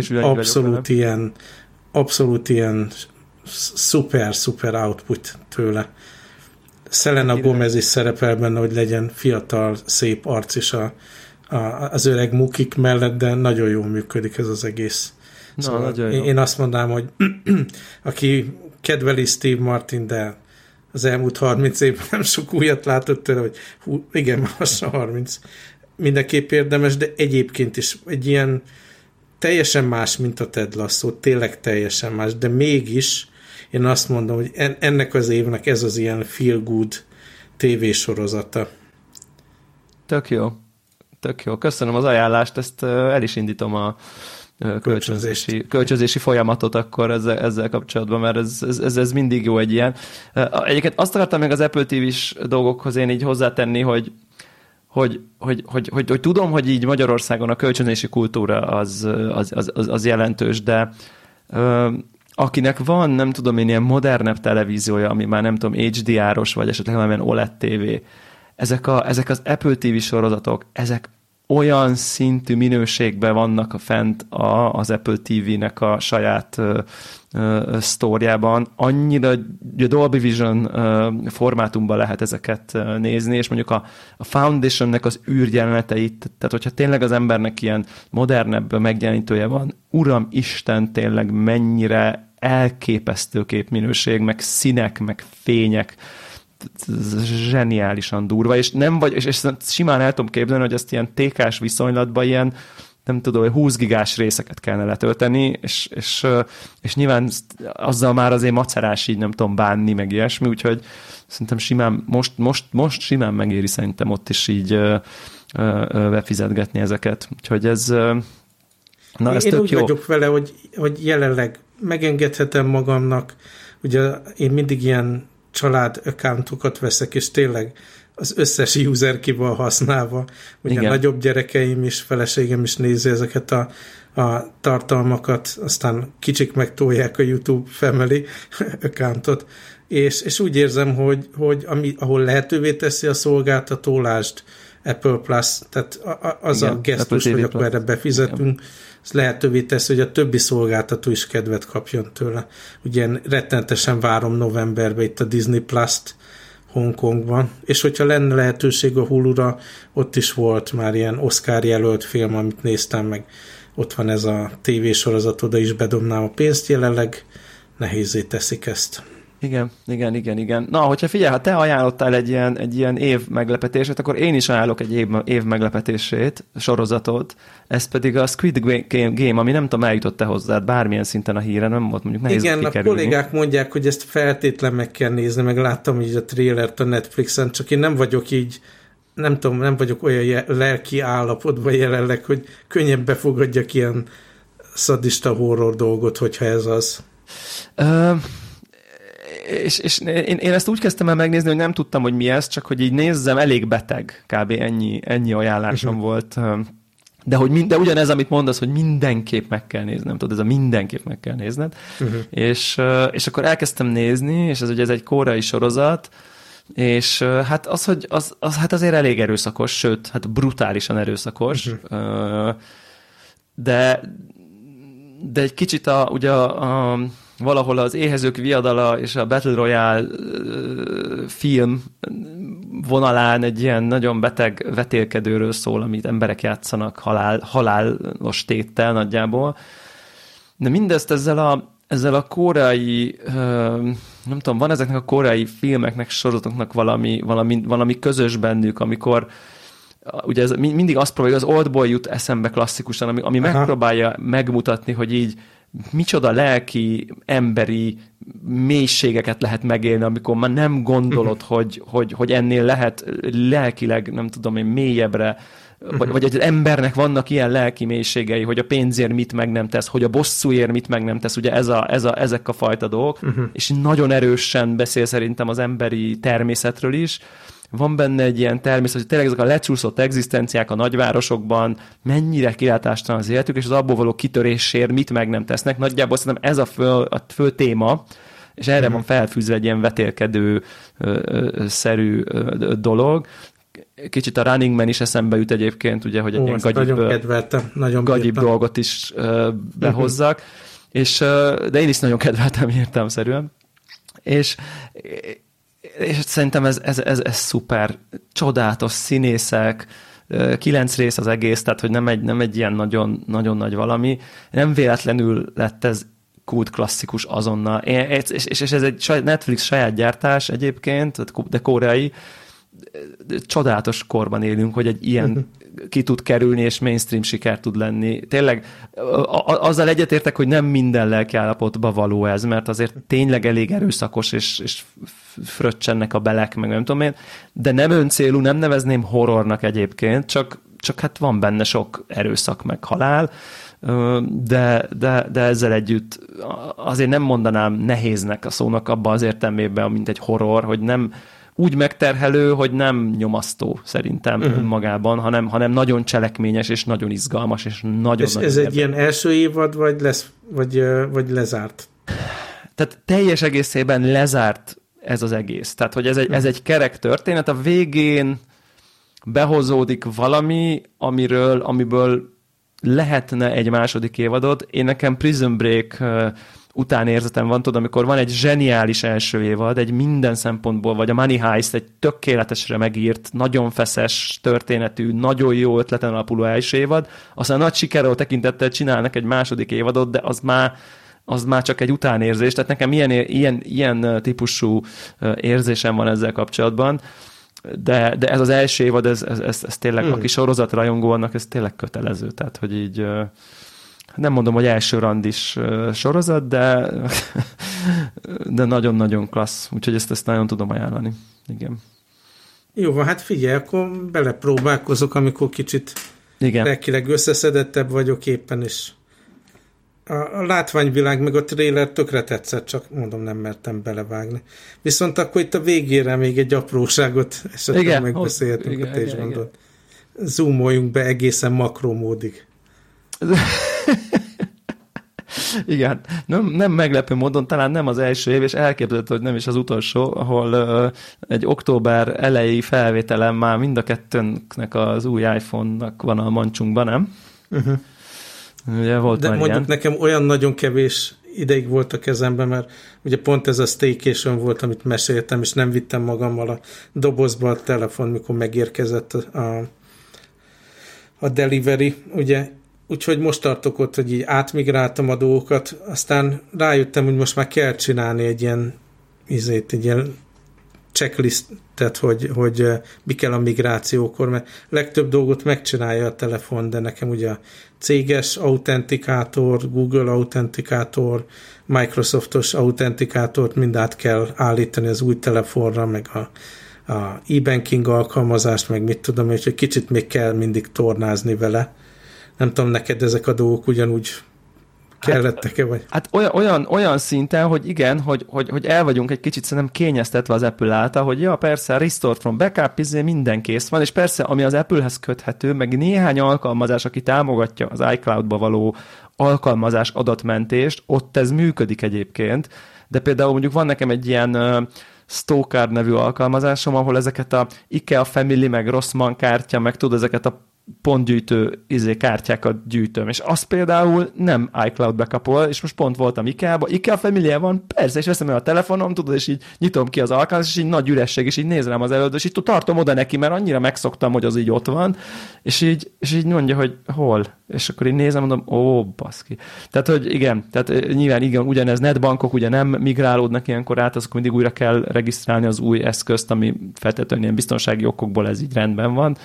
abszolút ilyen szuper output tőle. Selena Gomez is szerepel benne, hogy legyen fiatal, szép arc is az öreg mukik mellett, de nagyon jól működik ez az egész. Szóval én azt mondanám, hogy aki kedveli Steve Martin, de az elmúlt 30 évben nem sok újat látott tőle, hogy igen, lassan 30. Mindenképp érdemes, de egyébként is egy ilyen teljesen más, mint a Ted Lasso, tényleg teljesen más, de mégis én azt mondom, hogy ennek az évnek ez az ilyen feel good tévésorozata. Tök jó. Köszönöm az ajánlást, ezt el is indítom a kölcsönzési folyamatot akkor ezzel kapcsolatban, mert ez mindig jó egy ilyen. Egyébként azt akartam még az Apple TV-s dolgokhoz én így hozzátenni, hogy tudom, hogy így Magyarországon a kölcsönzési kultúra az jelentős, de akinek van, nem tudom én, ilyen modernebb televíziója, ami már nem tudom, HDR-os, vagy esetleg valamilyen OLED TV, ezek az Apple TV sorozatok, ezek olyan szintű minőségben vannak fent az Apple TV-nek a saját sztorjában, annyira a Dolby Vision formátumban lehet ezeket nézni, és mondjuk a Foundationnek az űrjeleneteit, tehát hogyha tényleg az embernek ilyen modernebb megjelenítője van, uram Isten, tényleg mennyire elképesztő képminőség, meg színek, meg fények, zseniálisan durva, és simán el tudom képzelni, hogy ezt ilyen TK-s viszonylatban ilyen, nem tudom, hogy 20 gigás részeket kellene letölteni, és nyilván azzal már azért macerás így nem tudom bánni, meg ilyesmi, úgyhogy szerintem simán, most simán megéri szerintem ott is így befizetgetni ezeket. Úgyhogy ez ez tök jó. Én úgy vagyok vele, hogy jelenleg megengedhetem magamnak, ugye én mindig ilyen család accountokat veszek, és tényleg az összes user ki van használva. Ugye igen. Nagyobb gyerekeim is, feleségem is nézi ezeket a tartalmakat, aztán kicsik megtolják a YouTube Family accountot, és úgy érzem, hogy ahol lehetővé teszi a szolgáltató, lásd Apple Plus, tehát az igen, a gesztus, hogy akkor erre befizetünk, ez lehetővé teszi, hogy a többi szolgáltató is kedvet kapjon tőle. Ugye rettenetesen várom novemberben itt a Disney Plus-t Hongkongban, és hogyha lenne lehetőség a Hulu-ra, ott is volt már ilyen Oscar jelölt film, amit néztem meg, ott van ez a tévésorozat, oda is bedobnám a pénzt, jelenleg nehézzé teszik ezt. Igen. Na, hogyha figyelj, ha te ajánlottál egy ilyen év meglepetését, akkor én is ajánlok egy év meglepetését, sorozatot, ez pedig a Squid Game, ami nem tudom, eljutott-e hozzád bármilyen szinten a híre, nem volt mondjuk nehéz kikerülni. Igen, a kollégák mondják, hogy ezt feltétlen meg kell nézni, meg láttam így a trailert a Netflixen, csak én nem vagyok így, nem tudom, nem vagyok olyan lelki állapotban jelenleg, hogy könnyen befogadjak ilyen szadista horror dolgot, hogyha ez az. És én ezt úgy kezdtem el megnézni, hogy nem tudtam, hogy mi ez, csak hogy így nézzem, elég beteg, kb. Ennyi ajánlásom volt. De ugyanez, amit mondasz, hogy mindenképp meg kell néznem, tudod, ez a mindenképp meg kell nézned. És akkor elkezdtem nézni, és ez egy koreai sorozat, és hát hát azért elég erőszakos, sőt, hát brutálisan erőszakos. De egy kicsit valahol az Éhezők viadala és a Battle Royale film vonalán egy ilyen nagyon beteg vetélkedőről szól, amit emberek játszanak halálos téttel nagyjából. De mindezt ezzel a koreai, nem tudom, van ezeknek a koreai filmeknek, sorozatoknak valami közös bennük, amikor ugye ez mindig azt próbálja, az Oldboy jut eszembe klasszikusan, ami megpróbálja megmutatni, hogy így micsoda lelki, emberi mélységeket lehet megélni, amikor már nem gondolod, hogy ennél lehet lelkileg, nem tudom én, mélyebbre, vagy az embernek vannak ilyen lelki mélységei, hogy a pénzért mit meg nem tesz, hogy a bosszúért mit meg nem tesz, ugye ezek a fajta dolgok, és nagyon erősen beszél szerintem az emberi természetről is. Van benne egy ilyen természet, hogy tényleg ezek a lecsúszott egzisztenciák a nagyvárosokban mennyire kilátástalan az életük, és az abból való kitörésért mit meg nem tesznek. Nagyjából szerintem ez a fő téma, és erre van felfűzve egy ilyen vetélkedő-szerű dolog. Kicsit a Running Man is eszembe jut egyébként, ugye, hogy egy ilyen gagyibb dolgot is behozzak. De én is nagyon kedveltem értelemszerűen. És szerintem ez szuper, csodálatos színészek, 9 rész az egész, tehát hogy nem egy ilyen nagyon, nagyon nagy valami. Nem véletlenül lett ez kult klasszikus azonnal. És ez egy Netflix saját gyártás egyébként, de koreai. Csodálatos korban élünk, hogy egy ilyen ki tud kerülni, és mainstream siker tud lenni. Tényleg azzal egyetértek, hogy nem minden lelkiállapotba való ez, mert azért tényleg elég erőszakos, és fröccsennek a belek, meg nem tudom én, de nem öncélú, nem nevezném horrornak egyébként, csak hát van benne sok erőszak, meg halál, de ezzel együtt azért nem mondanám nehéznek a szónak abban az értelmében, mint egy horror, hogy nem úgy megterhelő, hogy nem nyomasztó szerintem önmagában, hanem nagyon cselekményes, és nagyon izgalmas, és nagyon ez egy ilyen első évad, vagy lezárt? Tehát teljes egészében lezárt ez az egész. Tehát, hogy ez egy kerek történet. A végén behozódik valami, amiből lehetne egy második évadod. Én nekem Prison Break utánérzetem van, tudod, amikor van egy zseniális első évad, egy minden szempontból, vagy a Money Heist, egy tökéletesre megírt, nagyon feszes történetű, nagyon jó ötleten alapuló első évad, aztán nagy sikerről tekintettel csinálnak egy második évadot, de az már csak egy utánérzés, tehát nekem ilyen típusú érzésem van ezzel kapcsolatban, de ez az első évad, ez tényleg, aki sorozatrajongó annak, ez tényleg kötelező, tehát hogy így nem mondom, hogy első randis sorozat, de nagyon-nagyon klassz, úgyhogy ezt nagyon tudom ajánlani. Igen. Jó van, hát figyelj, akkor belepróbálkozok, amikor kicsit rekileg összeszedettebb vagyok éppen is. A látványvilág meg a trailer tökre tetszett, csak mondom, nem mertem belevágni. Viszont akkor itt a végére még egy apróságot esetleg megbeszélhetünk, te is mondod. Zoomoljunk be egészen makromódig. Igen, nem meglepő módon, talán nem az első év, és elképzelhető, hogy nem is az utolsó, ahol egy október elejé felvételen már mind a kettőnknek az új iPhone-nak van a mancsunkban, nem? Uh-huh. Ugye volt de mondjuk ilyen. Nekem olyan nagyon kevés ideig volt a kezemben, mert ugye pont ez a staycation volt, amit meséltem, és nem vittem magammal a dobozba a telefon, mikor megérkezett a delivery, ugye. Úgyhogy most tartok ott, hogy így átmigráltam a dolgokat, aztán rájöttem, hogy most már kell csinálni egy ilyen checklistet, hogy mi kell a migrációkor, mert legtöbb dolgot megcsinálja a telefon, de nekem ugye a céges autentikátor, Google autentikátor, Microsoftos autentikátort mind át kell állítani az új telefonra, meg a e-banking alkalmazást, meg mit tudom, és egy kicsit még kell mindig tornázni vele. Nem tudom, neked ezek a dolgok ugyanúgy kellettek-e, vagy? Hát olyan szinten, hogy igen, hogy el vagyunk egy kicsit szerintem kényeztetve az Apple által, hogy ja, persze, restored from backup, minden kész van, és persze, ami az Applehez köthető, meg néhány alkalmazás, aki támogatja az iCloud-ba való alkalmazás adatmentést, ott ez működik egyébként, de például mondjuk van nekem egy ilyen Stalker nevű alkalmazásom, ahol ezeket a IKEA Family, meg Rossmann kártya, meg tudod, ezeket a pontgyűjtő kártyákat gyűjtöm, és azt például nem iCloud backupol, és most pont voltam IKEA-ba, IKEA Family van, persze, és veszem el a telefonom, tudod, és így nyitom ki az alkalmazást, és így nagy üresség, és így néz rám az előtt, és így tartom oda neki, mert annyira megszoktam, hogy az így ott van, és így mondja, hogy hol, és akkor így nézem, mondom, ó, baszki. Tehát, hogy igen, tehát nyilván igen, ugyanez netbankok, ugye nem migrálódnak ilyenkor át, azok mindig újra kell regisztrálni az új eszközt, ami feltétlenül ilyen biztonsági okokból ez így rendben van.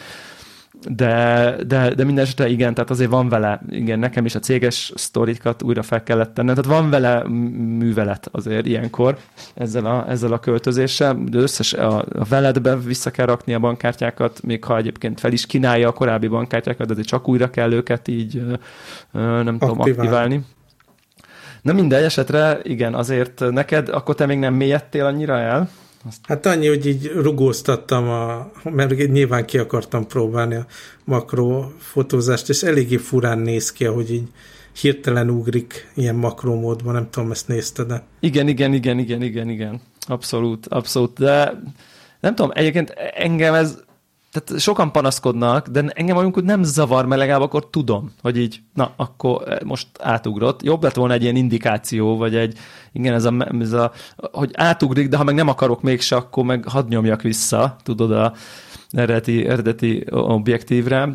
De minden esetre igen, tehát azért van vele, igen, nekem is a céges sztorikat újra fel kellett tennem, tehát van vele művelet azért ilyenkor ezzel a költözéssel, de összes a veletbe vissza kell rakni a bankkártyákat, még ha egyébként fel is kínálja a korábbi bankkártyákat, de azért csak újra kell őket így nem tudom aktiválni. Na minden esetre, igen, azért neked, akkor te még nem mélyedtél annyira el? Hát annyi, hogy így rugóztattam, mert nyilván ki akartam próbálni a makrofotózást, és eléggé furán néz ki, ahogy így hirtelen ugrik ilyen makromódban, nem tudom, ezt nézted, de... Igen. Abszolút, de nem tudom, egyébként engem ez, tehát sokan panaszkodnak, de engem olyankor nem zavar, mert legalább akkor tudom, hogy így, na, akkor most átugrott. Jobb lett volna egy ilyen indikáció, vagy egy, igen, ez a hogy átugrik, de ha meg nem akarok mégse, akkor meg hadd nyomjak vissza, tudod, a eredeti objektívre.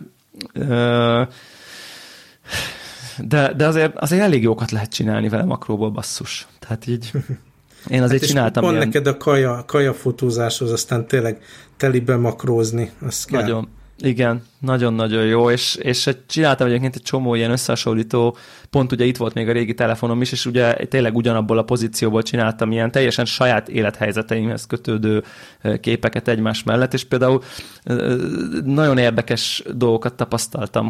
De azért elég jókat lehet csinálni vele makróból, basszus. Tehát így... Én azért hát csináltam ilyen... neked a kaja fotózáshoz, aztán tényleg telibe makrózni, azt kell. Nagyon, igen, nagyon-nagyon jó, és csináltam egyébként egy csomó ilyen összehasonlító, pont ugye itt volt még a régi telefonom is, és ugye tényleg ugyanabból a pozícióból csináltam ilyen teljesen saját élethelyzeteimhez kötődő képeket egymás mellett, és például nagyon érdekes dolgokat tapasztaltam,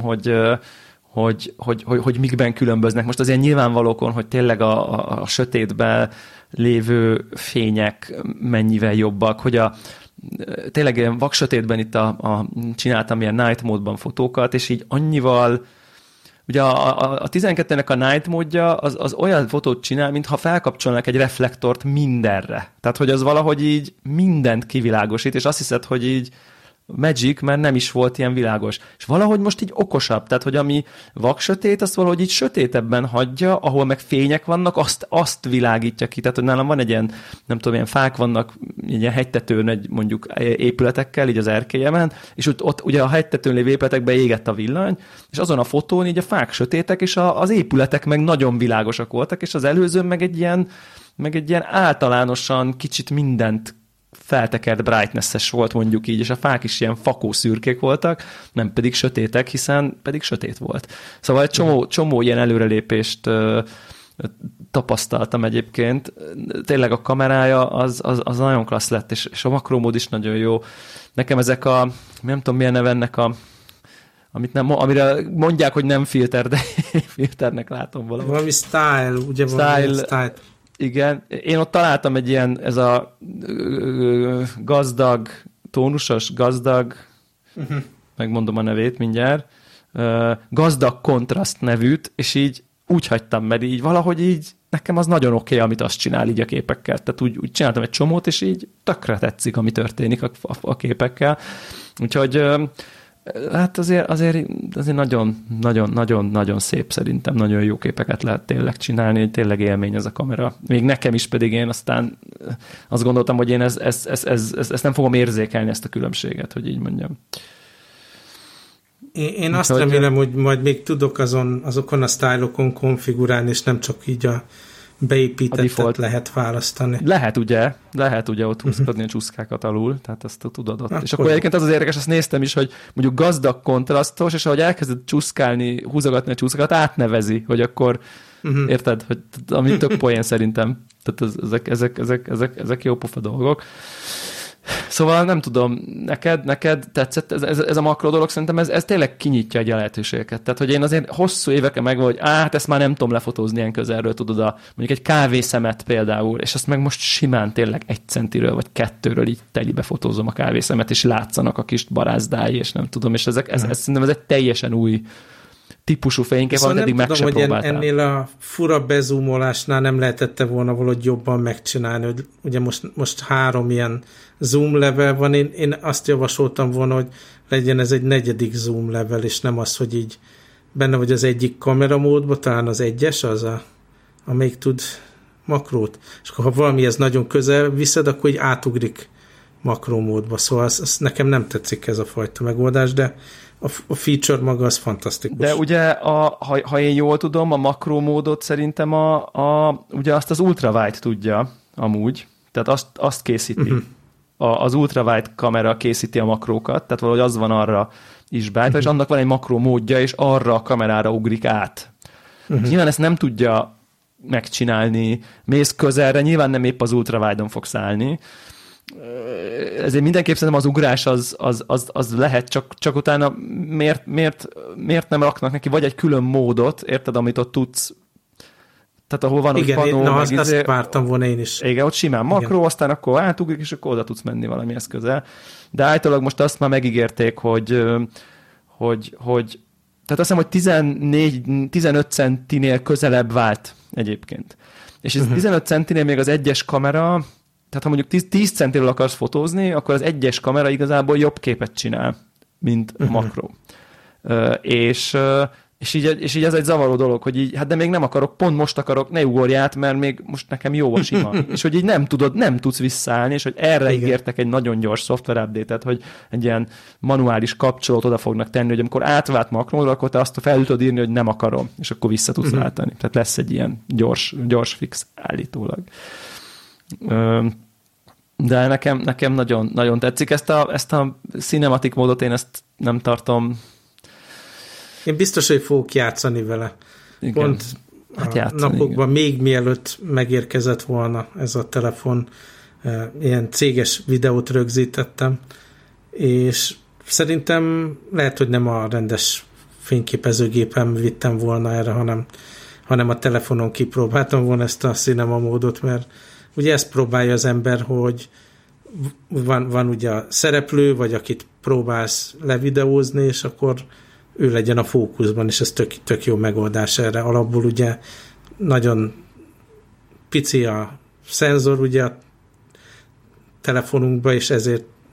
hogy mikben különböznek. Most azért nyilvánvalókon, hogy tényleg a sötétben lévő fények mennyivel jobbak, hogy tényleg ilyen vaksötétben itt csináltam ilyen night módban fotókat, és így annyival, ugye a 12-nek a night módja az olyan fotót csinál, mintha felkapcsolnak egy reflektort mindenre. Tehát, hogy az valahogy így mindent kivilágosít, és azt hiszed, hogy így Magic már nem is volt ilyen világos. És valahogy most így okosabb, tehát hogy ami vaksötét, azt valahogy így sötétebben hagyja, ahol meg fények vannak, azt világítja ki. Tehát, hogy nálam van egy ilyen, nem tudom, ilyen fák vannak, ilyen hegytetőn mondjuk épületekkel, így az erkélyemen, és ott ugye a hegytetőn lévő épületekben égett a villany, és azon a fotón így a fák sötétek, és az épületek meg nagyon világosak voltak, és az előzőn meg egy ilyen általánosan kicsit mindent feltekert brightness-es volt, mondjuk így, és a fák is ilyen fakószürkék voltak, nem pedig sötétek, hiszen pedig sötét volt. Szóval egy csomó ilyen előrelépést tapasztaltam egyébként. Tényleg a kamerája az nagyon klassz lett, és a makromód is nagyon jó. Nekem ezek nem tudom milyen neve ennek amire mondják, hogy nem filter, de filternek látom valami. Valami style, ugye style. Igen, én ott találtam egy ilyen, ez a gazdag, tónusos, gazdag, megmondom a nevét mindjárt, gazdag kontraszt nevűt, és így úgy hagytam, mert így valahogy így nekem az nagyon oké, amit azt csinál így a képekkel. Tehát úgy csináltam egy csomót, és így tökre tetszik, ami történik a képekkel. Úgyhogy hát azért nagyon szép szerintem, nagyon jó képeket lehet tényleg csinálni, hogy tényleg élmény ez a kamera. Még nekem is, pedig én aztán azt gondoltam, hogy én ezt nem fogom érzékelni, ezt a különbséget, hogy így mondjam. Én azt remélem, hogy majd még tudok azokon a sztájlokon konfigurálni, és nem csak így a beépítettet lehet választani. Lehet ugye ott húzkodni a csúszkákat alul, tehát ezt tudod ott. És akkor egyébként az érdekes, azt néztem is, hogy mondjuk gazdag kontrasztos, és ahogy elkezded csúszkálni, húzogatni a csúszkákat, átnevezi, hogy akkor érted, hogy ami tök poén szerintem. Tehát ezek jó pofa dolgok. Szóval nem tudom, neked tetszett ez a makro dolog, szerintem ez tényleg kinyitja egy lehetőségeket. Tehát, hogy én azért hosszú éveken megvan, hogy hát ezt már nem tudom lefotózni ilyen közelről, tudod, mondjuk egy kávészemet például, és azt meg most simán tényleg 1 centiről vagy 2-ről így telibe fotózom a kávészemet, és látszanak a kis barázdái, és nem tudom, és szerintem ez egy teljesen új típusú fénykép, szóval eddig meg sem próbáltam. Ennél a fura bezúmolásnál nem lehetette volna valahogy jobban megcsinálni, hogy ugye most 3 ilyen zoom level van, én azt javasoltam volna, hogy legyen ez egy 4. zoom level, és nem az, hogy így benne vagy az egyik kameramódban, talán az 1-es, az amelyik tud makrót, és akkor ha valamihez nagyon közel viszed, akkor így átugrik makromódba, szóval az nekem nem tetszik ez a fajta megoldás, de a feature maga az fantasztikus. De ugye, ha én jól tudom, a makromódot szerintem ugye azt az ultrawide tudja amúgy, tehát azt készíti. Az ultrawide kamera készíti a makrókat, tehát valahogy az van arra is beállítva, és annak van egy makromódja, és arra a kamerára ugrik át. Nyilván ezt nem tudja megcsinálni, mész közelre, nyilván nem épp az ultrawide-on fogsz állni, ezért mindenképp szerintem az ugrás az lehet, csak utána miért nem raknak neki vagy egy külön módot, érted, amit ott tudsz, tehát ahol van igen, panó, azt vártam volna én is. Igen, ott simán makró, igen. Aztán akkor átugrik, és akkor oda tudsz menni valami eszközzel. De általában most azt már megígérték, hogy tehát azt hiszem, hogy 15 centinél közelebb vált egyébként. És ez 15 centinél még az 1-es kamera, tehát ha mondjuk 10 centiről akarsz fotózni, akkor az 1-es kamera igazából jobb képet csinál, mint a makró. És így ez egy zavaró dolog, hogy így, hát de még nem akarok, pont most akarok, ne ugorj át, mert még most nekem jó a sima. És hogy így nem tudsz visszaállni, és hogy erre ígértek egy nagyon gyors szoftver update-et, hogy egy ilyen manuális kapcsolót oda fognak tenni, hogy amikor átvált makróra, akkor te azt fel tudod írni, hogy nem akarom, és akkor vissza tudsz váltani. Tehát lesz egy ilyen gyors fix állítólag. De nekem nagyon, nagyon tetszik. Ezt a cinematic módot én ezt nem tartom. Én biztos, hogy fogok játszani vele. Igen. Pont napokban, igen. még mielőtt megérkezett volna ez a telefon, ilyen céges videót rögzítettem, és szerintem lehet, hogy nem a rendes fényképezőgépem vittem volna erre, hanem a telefonon kipróbáltam volna ezt a cinema módot, mert ugye ezt próbálja az ember, hogy van ugye a szereplő, vagy akit próbálsz levideózni, és akkor ő legyen a fókuszban, és ez tök jó megoldás erre. Alapból ugye nagyon pici a szenzor ugye a telefonunkban, és ezért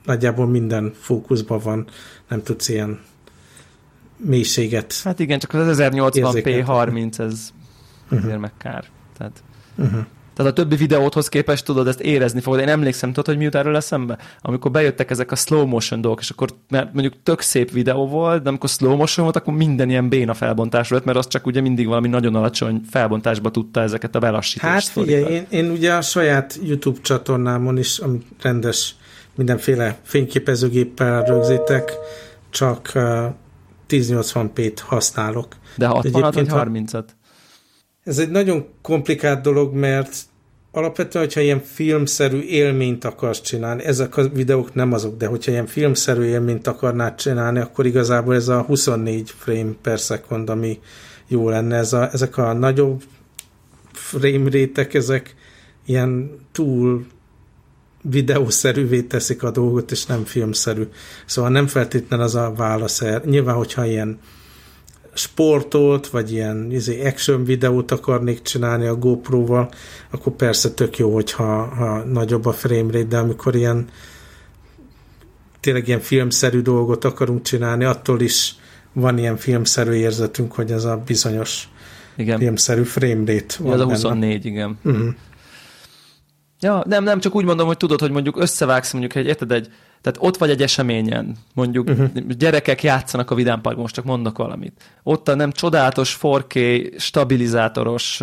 nagyjából minden fókuszban van, nem tudsz ilyen mélységet. Hát igen, csak az 1080p 30, ez azért meg kár. Tehát a többi videóthoz képest tudod, ezt érezni fogod. Én emlékszem, tudod, hogy mi jut erről eszembe? Amikor bejöttek ezek a slow motion dolgok, és akkor, mert mondjuk tök szép videó volt, de amikor slow motion volt, akkor minden ilyen béna felbontás volt, mert az csak ugye mindig valami nagyon alacsony felbontásba tudta ezeket a belassítást. Hát figyelj, én ugye a saját YouTube csatornámon is, amit rendes mindenféle fényképezőgéppel rögzítek, csak 1080p-t használok. De 60-at vagy 30-at? Ez egy nagyon komplikált dolog, mert alapvetően, hogyha ilyen filmszerű élményt akarsz csinálni, ezek a videók nem azok, de hogyha ilyen filmszerű élményt akarnád csinálni, akkor igazából ez a 24 frame per second, ami jó lenne. Ezek a nagyobb frame rate-ek, ezek ilyen túl videószerűvé teszik a dolgot, és nem filmszerű. Szóval nem feltétlenül az a válasz. Nyilván, hogyha ilyen sportot, vagy ilyen action videót akarnék csinálni a GoPro-val, akkor persze tök jó, hogyha nagyobb a frame rate, de amikor ilyen tényleg ilyen filmszerű dolgot akarunk csinálni, attól is van ilyen filmszerű érzetünk, hogy ez a bizonyos filmszerű frame rate van. Ez a 24, benne. Igen. Uh-huh. Ja, nem, csak úgy mondom, hogy tudod, hogy mondjuk összevágsz, mondjuk, tehát ott vagy egy eseményen, mondjuk gyerekek játszanak a vidámparkban, most csak mondok valamit. Ott a nem csodálatos 4K stabilizátoros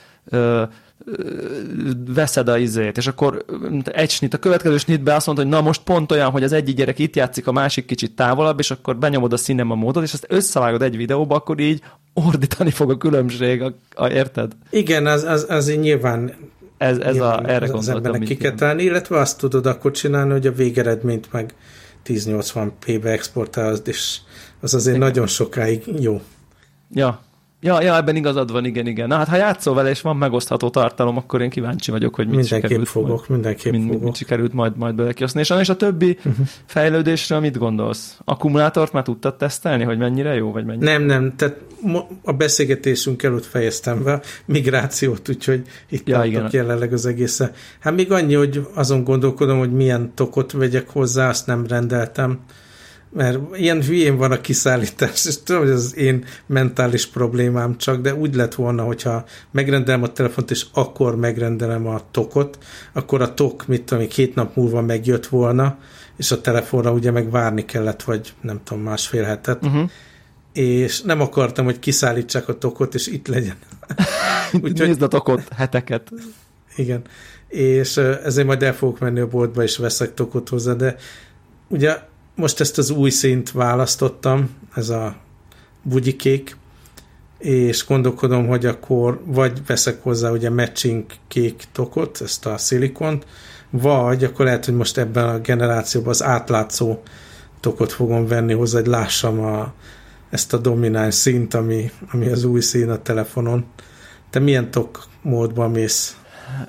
veszed a izét, és akkor egy snit, a következő snitben azt mondod, hogy na most pont olyan, hogy az egyik gyerek itt játszik, a másik kicsit távolabb, és akkor benyomod a cinema módot, és azt összevágod egy videóba, akkor így ordítani fog a különbség, érted? Igen, az nyilván erre az embernek ki kell találni, illetve azt tudod akkor csinálni, hogy a végeredményt meg 1080p-be exportálod, és az azért nagyon sokáig jó. Ja, ebben igazad van, igen. Na hát, ha játszol vele, és van megosztható tartalom, akkor én kíváncsi vagyok, hogy mit sikerült mit sikerült majd belekiosztani. És a többi fejlődésről mit gondolsz? Akkumulátort már tudtad tesztelni, hogy mennyire jó, vagy mennyire? Nem, tehát a beszélgetésünk előtt fejeztem be migrációt, úgyhogy itt tartok jelenleg az egészen. Hát még annyi, hogy azon gondolkodom, hogy milyen tokot vegyek hozzá, azt nem rendeltem, mert ilyen hülyén van a kiszállítás, és tudom, hogy ez az én mentális problémám csak, de úgy lett volna, hogyha megrendelem a telefont, és akkor megrendelem a tokot, akkor a tok, mit tudom, 2 nap múlva megjött volna, és a telefonra ugye meg várni kellett, vagy nem tudom, másfél hetet. És nem akartam, hogy kiszállítsák a tokot, és itt legyen. Nézd a tokot, heteket. Igen. És ezért majd el fogok menni a boltba, és veszek tokot hozzá, de ugye most ezt az új színt választottam, ez a bugyikék, és gondolkodom, hogy akkor vagy veszek hozzá ugye matching kék tokot, ezt a szilikont, vagy akkor lehet, hogy most ebben a generációban az átlátszó tokot fogom venni hozzá, hogy lássam ezt a domináns színt, ami az új szín a telefonon. Te milyen tok módban mész?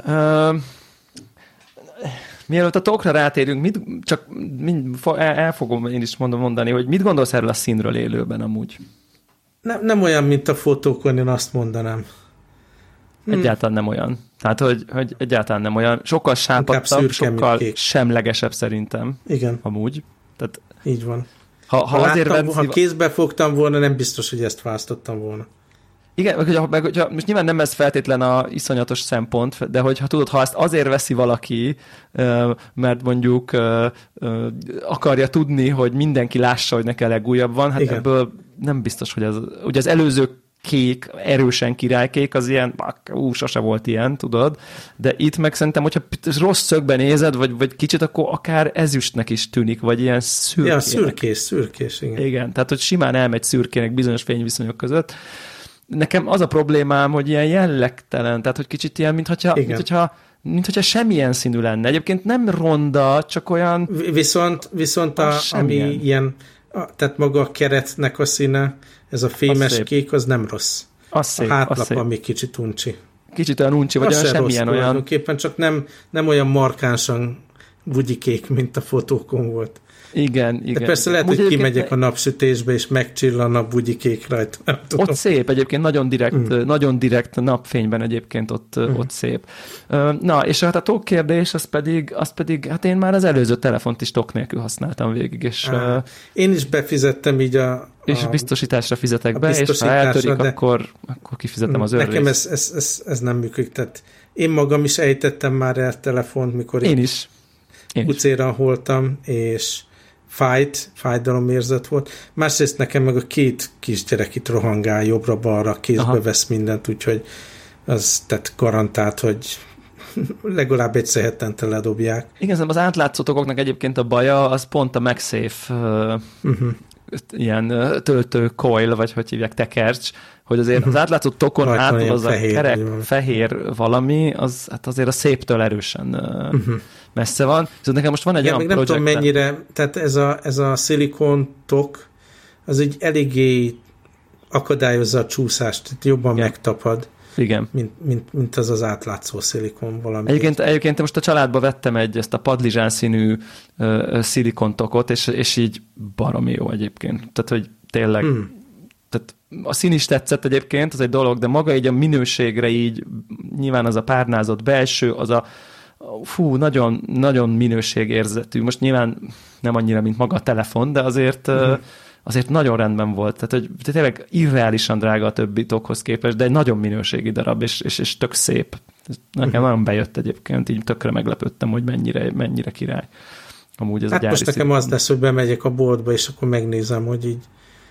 Mielőtt a tokra rátérünk, el fogom én is mondani, hogy mit gondolsz erről a színről élőben amúgy? Nem olyan, mint a fotókon, én azt mondanám. Egyáltalán nem olyan. Tehát, hogy egyáltalán nem olyan. Sokkal sápadtabb, sokkal semlegesebb szerintem. Igen. Amúgy. Tehát, így van. Ha kézbe fogtam volna, nem biztos, hogy ezt választottam volna. Igen, hogyha most nyilván nem ez feltétlen a iszonyatos szempont, de hogyha tudod, ha ezt azért veszi valaki, mert mondjuk akarja tudni, hogy mindenki lássa, hogy neki a legújabb van, hát igen. Ebből nem biztos, hogy ugye az előző kék, erősen királykék, az ilyen, sose volt ilyen, tudod, de itt meg szerintem, hogyha rossz szögben nézed, vagy kicsit, akkor akár ezüstnek is tűnik, vagy ilyen szürkének. Ja, szürkés, igen. Igen, tehát, hogy simán elmegy szürkének bizonyos fényviszonyok között. Nekem az a problémám, hogy ilyen jellegtelen, tehát hogy kicsit ilyen, mintha semmilyen színű lenne. Egyébként nem ronda, csak olyan... Viszont ami ilyen, tehát maga a keretnek a színe, ez a fémes kék, az nem rossz. Az szép, a hátlap, ami kicsit uncsi. Kicsit olyan uncsi, vagy olyan semmilyen olyan... Tulajdonképpen csak nem olyan markánsan bugyikék, mint a fotókon volt. Igen. De persze lehet, hogy kimegyek a napsütésbe, és megcsillan a bugyikék rajta. Ott szép egyébként, nagyon direkt napfényben egyébként ott szép. Na, és hát a tok kérdés, az pedig, hát én már az előző telefont is tok nélkül használtam végig, és... Én is befizettem így és biztosításra fizetek be, és ha eltörik, akkor kifizetem az Nekem ez nem működik. Tehát én magam is ejtettem már el telefont, mikor én is utcéran voltam, és fájdalomérzet volt. Másrészt nekem meg a két kisgyerek itt rohangál jobbra-balra, kézbe vesz mindent, úgyhogy az tehát garantált, hogy legalább egyszer hetente ledobják. Igen, az átlátszó tokoknak egyébként a baja, az pont a MagSafe ilyen töltő coil, vagy hogy hívják, tekercs, hogy azért az átlátszó tokon hátul az fehér, a kerek, fehér valami, az hát azért a széptől erősen messze van. Szóval nekem most van egy olyan nem tudom mennyire, tehát ez a szilikon tok, az így eléggé akadályozza a csúszást, tehát jobban megtapad. Igen. Mint az átlátszó szilikon valami. Egyébként most a családba vettem ezt a padlizsán színű szilikontokot, és így baromi jó egyébként. Tehát, hogy tényleg tehát a szín is tetszett egyébként, az egy dolog, de maga így a minőségre így, nyilván az a párnázott belső, az a nagyon, nagyon minőségérzetű. Most nyilván nem annyira, mint maga a telefon, de azért nagyon rendben volt. Tehát, hogy tényleg irreálisan drága a többi tokhoz képest, de egy nagyon minőségi darab, és tök szép. Nekem nagyon bejött egyébként, így tökre meglepődtem, hogy mennyire király. Amúgy ez hát most nekem az lesz, hogy bemegyek a boltba, és akkor megnézem, hogy így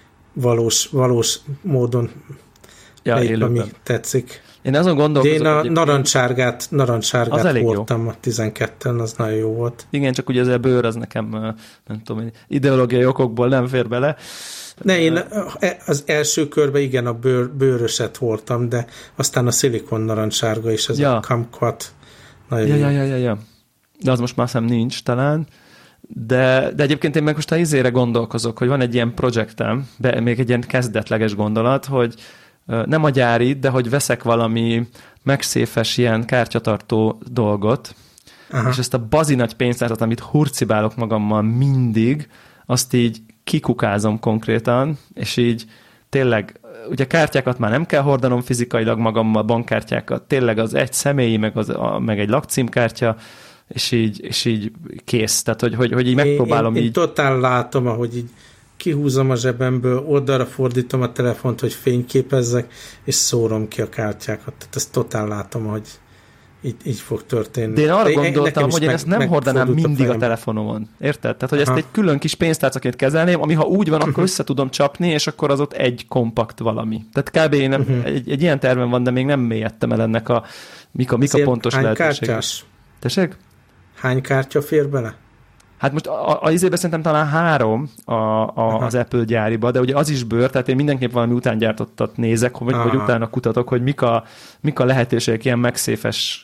valós módon ami tetszik. Én azon gondolkozom, de én a narancsárgát hordtam a 12-en, az nagyon jó volt. Igen, csak ugye ez a bőr, az nekem, nem tudom, ideológiai okokból nem fér bele. Én az első körben igen, a bőröset hordtam, de aztán a szilikon narancsárga is, ez a kumquat. Ja. De az most már szem nincs talán. De egyébként én meg most a izére gondolkozok, hogy van egy ilyen projektem, még egy ilyen kezdetleges gondolat, hogy nem a gyári, de hogy veszek valami megszéfes ilyen kártyatartó dolgot, és ezt a bazi nagy pénztárcát, amit hurcibálok magammal mindig, azt így kikukázom konkrétan, és így tényleg, ugye kártyákat már nem kell hordanom fizikailag magammal, bankkártyákat, tényleg az egy személyi, meg egy lakcímkártya, és így kész. Tehát, hogy így megpróbálom én így... totál látom, ahogy így kihúzom a zsebemből, oldalra fordítom a telefont, hogy fényképezzek, és szórom ki a kártyákat. Tehát ezt totál látom, hogy így fog történni. De én arra gondoltam, hogy én ezt nem hordanám mindig a telefonomon. Érted? Tehát, hogy ezt egy külön kis pénztárcaként kezelném, ami ha úgy van, akkor össze tudom csapni, és akkor az ott egy kompakt valami. Tehát kb. Egy ilyen tervem van, de még nem mélyedtem el ennek mik a pontos lehetőségek. Kártyás? Tessék? Hány kártya fér bele? Hát most az izébe szerintem talán 3 az Apple gyáriba, de ugye az is bőr, tehát én mindenképp valami utángyártottat nézek, vagy utána kutatok, hogy mik a lehetőségek ilyen megszéfes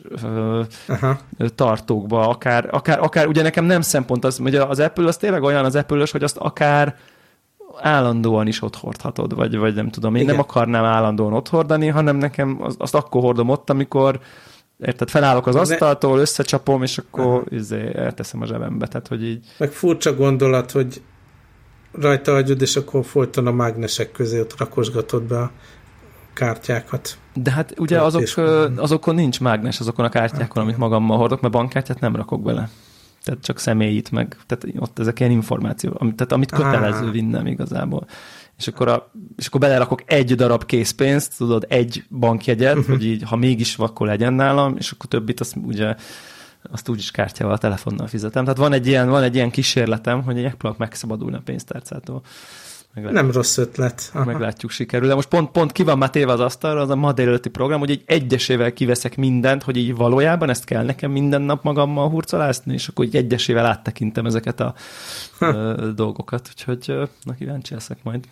tartókba, akár ugye nekem nem szempont az, ugye az Apple az tényleg olyan az Apple-ös, hogy azt akár állandóan is ott hordhatod, vagy nem tudom, én nem akarnám állandóan ott hordani, hanem nekem azt akkor hordom ott, amikor érted, felállok az asztaltól, összecsapom, és akkor elteszem a zsebembe, tehát, hogy így... Meg furcsa gondolat, hogy rajta hagyod, és akkor folyton a mágnesek közé ott rakosgatod be a kártyákat. De hát ugye azokon nincs mágnes, azokon a kártyákon, amit magammal hordok, mert bankkártyát nem rakok bele. Tehát csak személyit meg, tehát ott ezek ilyen információ, amit kötelező vinnem igazából. És akkor belerakok egy darab készpénzt, tudod, egy bankjegyet, hogy így, ha mégis akkor legyen nálam, és akkor többit azt úgyis kártyával, a telefonnal fizetem. Tehát van egy ilyen kísérletem, hogy megpróbálok megszabadulni a pénztárcától. Nem rossz ötlet. Meglátjuk, sikerül. De most pont ki van már téve az asztalra, az a ma délelőtti program, hogy egy egyesével kiveszek mindent, hogy így valójában ezt kell nekem minden nap magammal hurcolászni, és akkor így egyesével áttekintem ezeket a dolgokat. Úgyhogy kíváncsi leszek majd.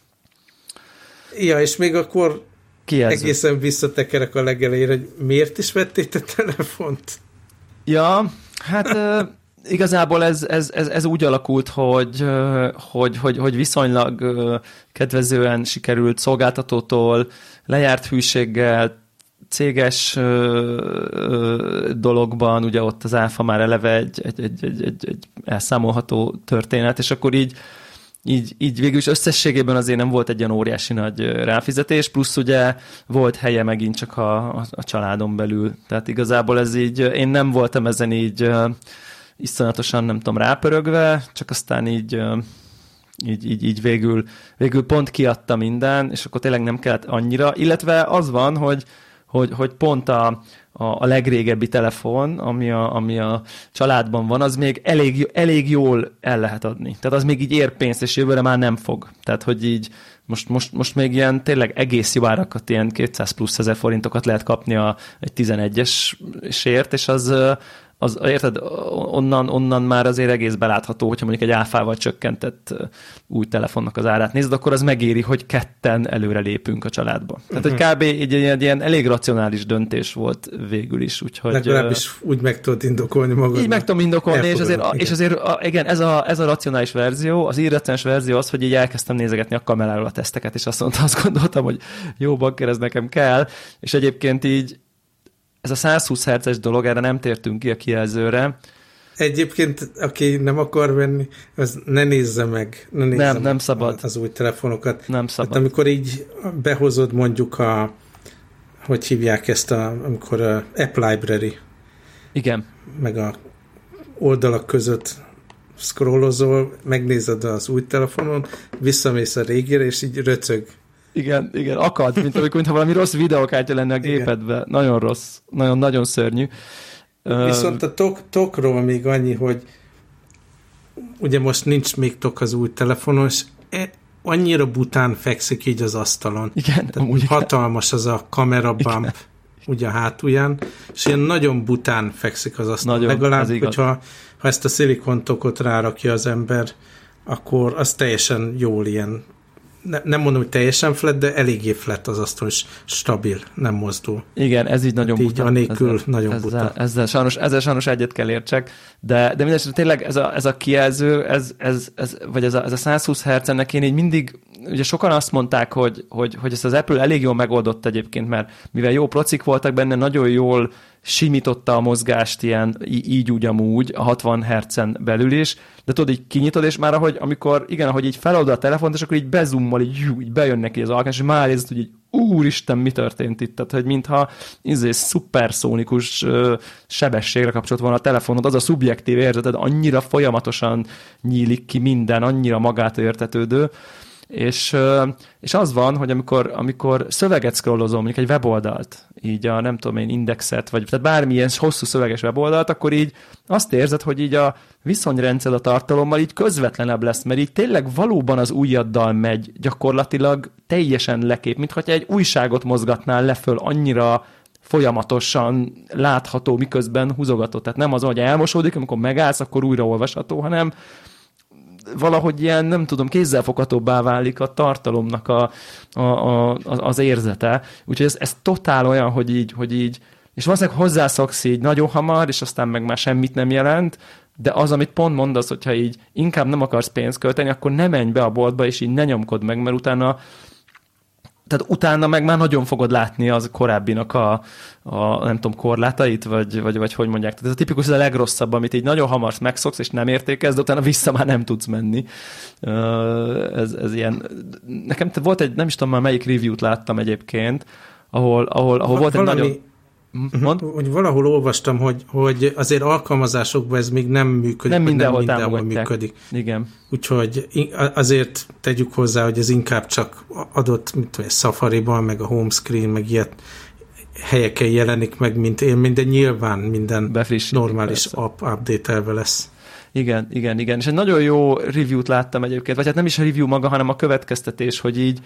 Ja, és még akkor egészen visszatekerek a legelejére, hogy miért is vettél te telefont? Ja, hát... Igazából ez úgy alakult, hogy viszonylag kedvezően sikerült szolgáltatótól, lejárt hűséggel, céges dologban, ugye ott az áfa már eleve egy elszámolható történet, és akkor így végül is összességében azért nem volt egy ilyen óriási nagy ráfizetés, plusz ugye volt helye megint csak a családon belül. Tehát igazából ez így, én nem voltam ezen így iszonyatosan, nem tudom, rápörögve, csak aztán így végül pont kiadta minden, és akkor tényleg nem kellett annyira, illetve az van, hogy pont a legrégebbi telefon, ami a családban van, az még elég jól el lehet adni. Tehát az még így ér pénzt, és jövőre már nem fog. Tehát, hogy így most még ilyen tényleg egész jó árakat, ilyen 200 plusz ezer forintokat lehet kapni egy 11-esért, és az érted, onnan már azért egész belátható, hogyha mondjuk egy áfával csökkentett új telefonnak az árát nézed, akkor az megéri, hogy ketten előre lépünk a családba. Tehát, hogy kb. Egy ilyen elég racionális döntés volt végül is. Úgyhogy, legalábbis úgy meg tudod indokolni magad. Így meg tudom indokolni, és azért igen, ez a racionális verzió, az irracionális verzió az, hogy így elkezdtem nézegetni a kameráról a teszteket, és azt gondoltam, hogy jó bakker, ez nekem kell, és egyébként így ez a 120 Hz-es dolog, erre nem tértünk ki a kijelzőre. Egyébként, aki nem akar venni, az ne nézze meg. Nem szabad. Az új telefonokat. Nem szabad. Hát amikor így behozod mondjuk hogy hívják ezt, amikor a App Library. Igen. Meg a oldalak között scrollozol, megnézed az új telefonon, visszamész a régire, és így röcög. Igen, akad, mintha valami rossz videókártya lenne a gépedbe. Igen. Nagyon rossz, nagyon szörnyű. Viszont a tokról még annyi, hogy ugye most nincs még tok az új telefonon, és annyira bután fekszik így az asztalon. Igen, amúgy hatalmas az a kamera bump ugye a hátulján, és ilyen nagyon bután fekszik az asztalon. Nagyon, legalább, hogyha ezt a szilikontokot rárakja az ember, akkor az teljesen jól ilyen, nem mondom, hogy teljesen flat, de eléggé flat az asztal, és stabil, nem mozdul. Igen, ez így nagyon buta. Így anélkül nagyon buta. Ezzel sajnos egyet kell értsek, de mindenesetre tényleg ez a kijelző, vagy ez a 120 Hz, ennek én így mindig, ugye sokan azt mondták, hogy ezt az Apple elég jól megoldott egyébként, mert mivel jó procik voltak benne, nagyon jól simította a mozgást ilyen így úgy amúgy a 60 Hz-en belül is, de tudod, így kinyitod, és már ahogy így feloldod a telefont, és akkor így bezummol, így bejön neki az alkalmas, és már érzed, hogy így úristen, mi történt itt? Tehát, hogy mintha szuperszónikus sebességre kapcsolt volna a telefonod, az a szubjektív érzeted annyira folyamatosan nyílik ki minden, annyira magától értetődő, és az van, hogy amikor szöveget scrollozom, mondjuk egy weboldalt, így a nem tudom én indexet, vagy tehát bármilyen hosszú szöveges weboldalt, akkor így azt érzed, hogy így a viszonyrendszer a tartalommal így közvetlenebb lesz, mert így tényleg valóban az ujjaddal megy, gyakorlatilag teljesen lekép, mintha egy újságot mozgatnál leföl, annyira folyamatosan látható, miközben húzogató. Tehát nem az, hogy elmosódik, amikor megállsz, akkor újra olvasható, hanem valahogy ilyen, nem tudom, kézzelfoghatóbbá válik a tartalomnak az érzete. Úgyhogy ez totál olyan, hogy így, és valószínűleg hozzászoksz így nagyon hamar, és aztán meg már semmit nem jelent, de az, amit pont mondasz, hogyha így inkább nem akarsz pénzt költeni, akkor ne menj be a boltba, és így ne nyomkod meg, mert utána meg már nagyon fogod látni az korábbinak a nem tudom, korlátait, vagy hogy mondják. Tehát ez a tipikus, ez a legrosszabb, amit így nagyon hamar megszoksz, és nem értékelsz, de utána vissza már nem tudsz menni. Ez ilyen... Nekem volt egy, nem is tudom már melyik review-t láttam egyébként, ahol volt egy nagyon... Hogy valahol olvastam, hogy azért alkalmazásokban ez még nem működik. Nem mindenhol működik. Igen. Úgyhogy azért tegyük hozzá, hogy ez inkább csak adott, mint a Safari-ban, meg a home screen, meg ilyet helyeken jelenik meg, mint élmény, de nyilván minden normális app update-elve lesz. Igen. És egy nagyon jó review-t láttam egyébként, vagy hát nem is a review maga, hanem a következtetés, hogy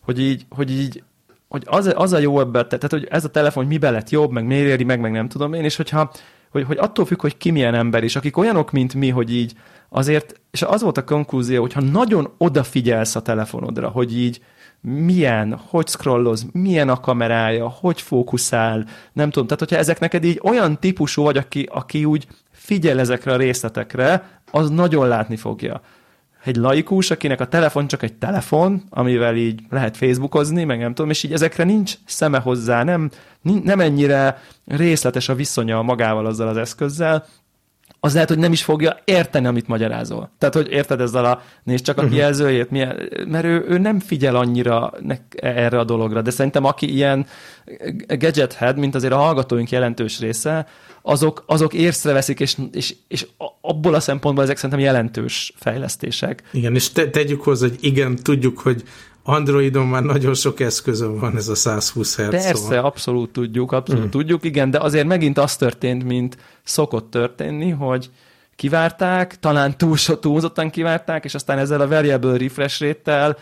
az a jó ebben, tehát hogy ez a telefon miben lett jobb, meg miért éri meg nem tudom én, és hogy attól függ, hogy ki milyen ember is, akik olyanok, mint mi, hogy így azért, és az volt a konklúzió, hogyha nagyon odafigyelsz a telefonodra, hogy így milyen, hogy scrolloz, milyen a kamerája, hogy fókuszál, nem tudom, tehát hogyha ezek neked így olyan típusú vagy, aki úgy figyel ezekre a részletekre, az nagyon látni fogja. egy laikus, akinek a telefon csak egy telefon, amivel így lehet Facebookozni, meg nem tudom, és így ezekre nincs szeme hozzá, nem ennyire részletes a viszonya magával azzal az eszközzel, az lehet, hogy nem is fogja érteni, amit magyarázol. Tehát, hogy érted ezzel a nézd csak a kijelzőjét, mert ő nem figyel annyira erre a dologra, de szerintem aki ilyen gadget head, mint azért a hallgatóink jelentős része, azok észreveszik, és abból a szempontból ezek szerintem jelentős fejlesztések. Igen, és tegyük hozzá, hogy igen, tudjuk, hogy Androidon már nagyon sok eszközön van ez a 120 Hz. Persze, szóval. abszolút tudjuk, igen, de azért megint az történt, mint szokott történni, hogy kivárták, talán túlzottan kivárták, és aztán ezzel a variable refresh rate-tel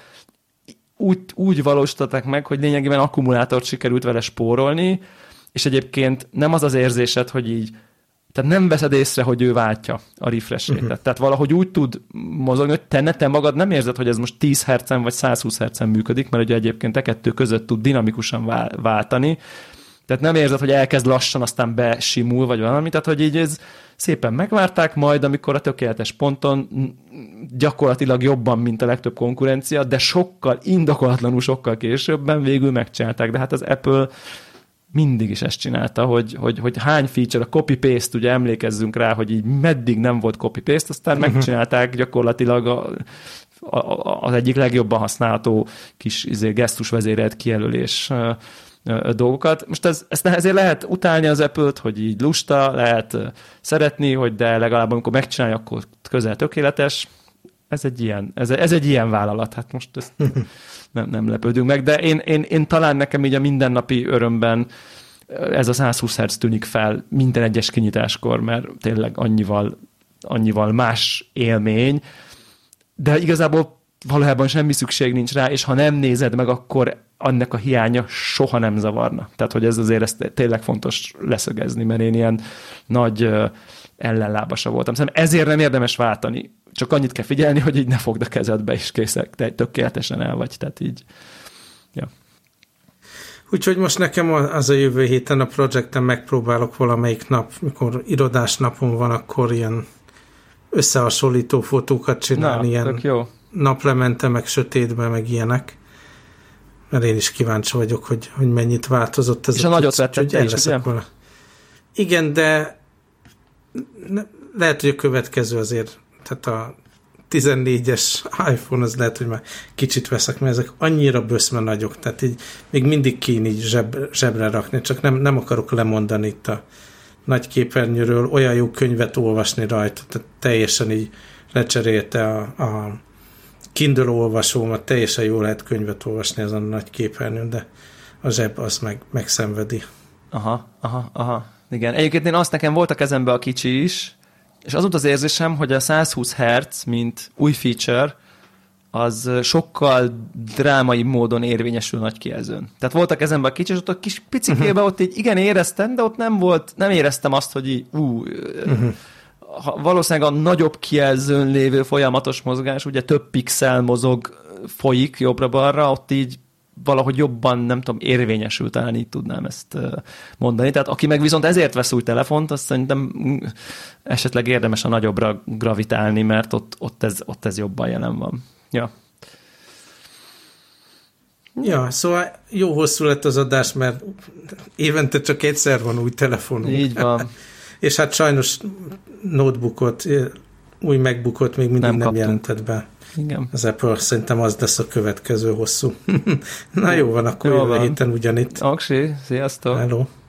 úgy valósították meg, hogy lényegében akkumulátort sikerült vele spórolni, és egyébként nem az az érzésed, hogy így, tehát nem veszed észre, hogy ő váltja a refresh rate-et. Tehát valahogy úgy tud mozogni, hogy te magad nem érzed, hogy ez most 10 Hz-en vagy 120 Hz-en működik, mert ugye egyébként kettő között tud dinamikusan váltani. Tehát nem érzed, hogy elkezd lassan, aztán besimul, vagy valami. Tehát, hogy így ez szépen megvárták, majd amikor a tökéletes ponton gyakorlatilag jobban, mint a legtöbb konkurencia, de indokolatlanul sokkal későbben végül megcsinálták. De hát az Apple mindig is ezt csinálta, hogy hány feature, a copy-paste, ugye emlékezzünk rá, hogy így meddig nem volt copy-paste, aztán megcsinálták gyakorlatilag az egyik legjobban használható kis gesztusvezérelt kijelölés dolgokat. Most ezért lehet utálni az Apple-t, hogy így lusta, lehet szeretni, hogy de legalább amikor megcsinálja, akkor közel tökéletes. Ez egy ilyen vállalat, hát most ezt nem lepődünk meg, de én talán nekem így a mindennapi örömben ez a 120 Hz tűnik fel minden egyes kinyitáskor, mert tényleg annyival más élmény, de igazából valójában semmi szükség nincs rá, és ha nem nézed meg, akkor annak a hiánya soha nem zavarna. Tehát, hogy ez tényleg fontos leszögezni, mert én ilyen nagy ellenlábasa voltam. Szerintem ezért nem érdemes váltani. Csak annyit kell figyelni, hogy így ne fogd a kezedbe, és készek, te tökéletesen el vagy. Tehát így, ja. Úgyhogy most nekem az a jövő héten a projekten megpróbálok valamelyik nap, mikor irodás napon van, akkor ilyen összehasonlító fotókat csinálni, ilyen jó. naplemente, meg sötétben, meg ilyenek. Mert én is kíváncsi vagyok, hogy mennyit változott ez. És a nagyot vetted te is, ugye? Igen, de lehet, hogy a következő azért, tehát a 14-es iPhone az lehet, hogy már kicsit veszek, mert ezek annyira böszme nagyok, tehát így még mindig kéne így zsebre rakni, csak nem akarok lemondani itt a nagy képernyőről, olyan jó könyvet olvasni rajta, tehát teljesen így lecserélte a Kindle olvasómat, teljesen jól lehet könyvet olvasni ezen a nagy képernyőn, de a zseb az megszenvedi. Aha. Igen. Egyébként nekem volt a kezemben a kicsi is, és az volt az érzésem, hogy a 120 Hz, mint új feature, az sokkal drámai módon érvényesül nagy kijelzőn. Tehát volt a kezemben a kicsi, és ott a kis picikében ott így igen éreztem, de ott nem éreztem azt, hogy így valószínűleg a nagyobb kijelzőn lévő folyamatos mozgás, ugye több pixel folyik jobbra-balra, ott így valahogy jobban, nem tudom, érvényesül, talán így tudnám ezt mondani. Tehát aki meg viszont ezért vesz új telefont, azt szerintem esetleg érdemes a nagyobbra gravitálni, mert ott ez jobban jelen van. Ja, szóval jó hosszú lett az adás, mert évente csak egyszer van új telefonunk. Így van. És hát sajnos notebookot, új MacBookot még mindig nem jelentett be. Igen. Az Apple, szerintem az lesz a következő hosszú. Na jó van, akkor jövő héten ugyanitt. Aksi, sziasztok! Hello!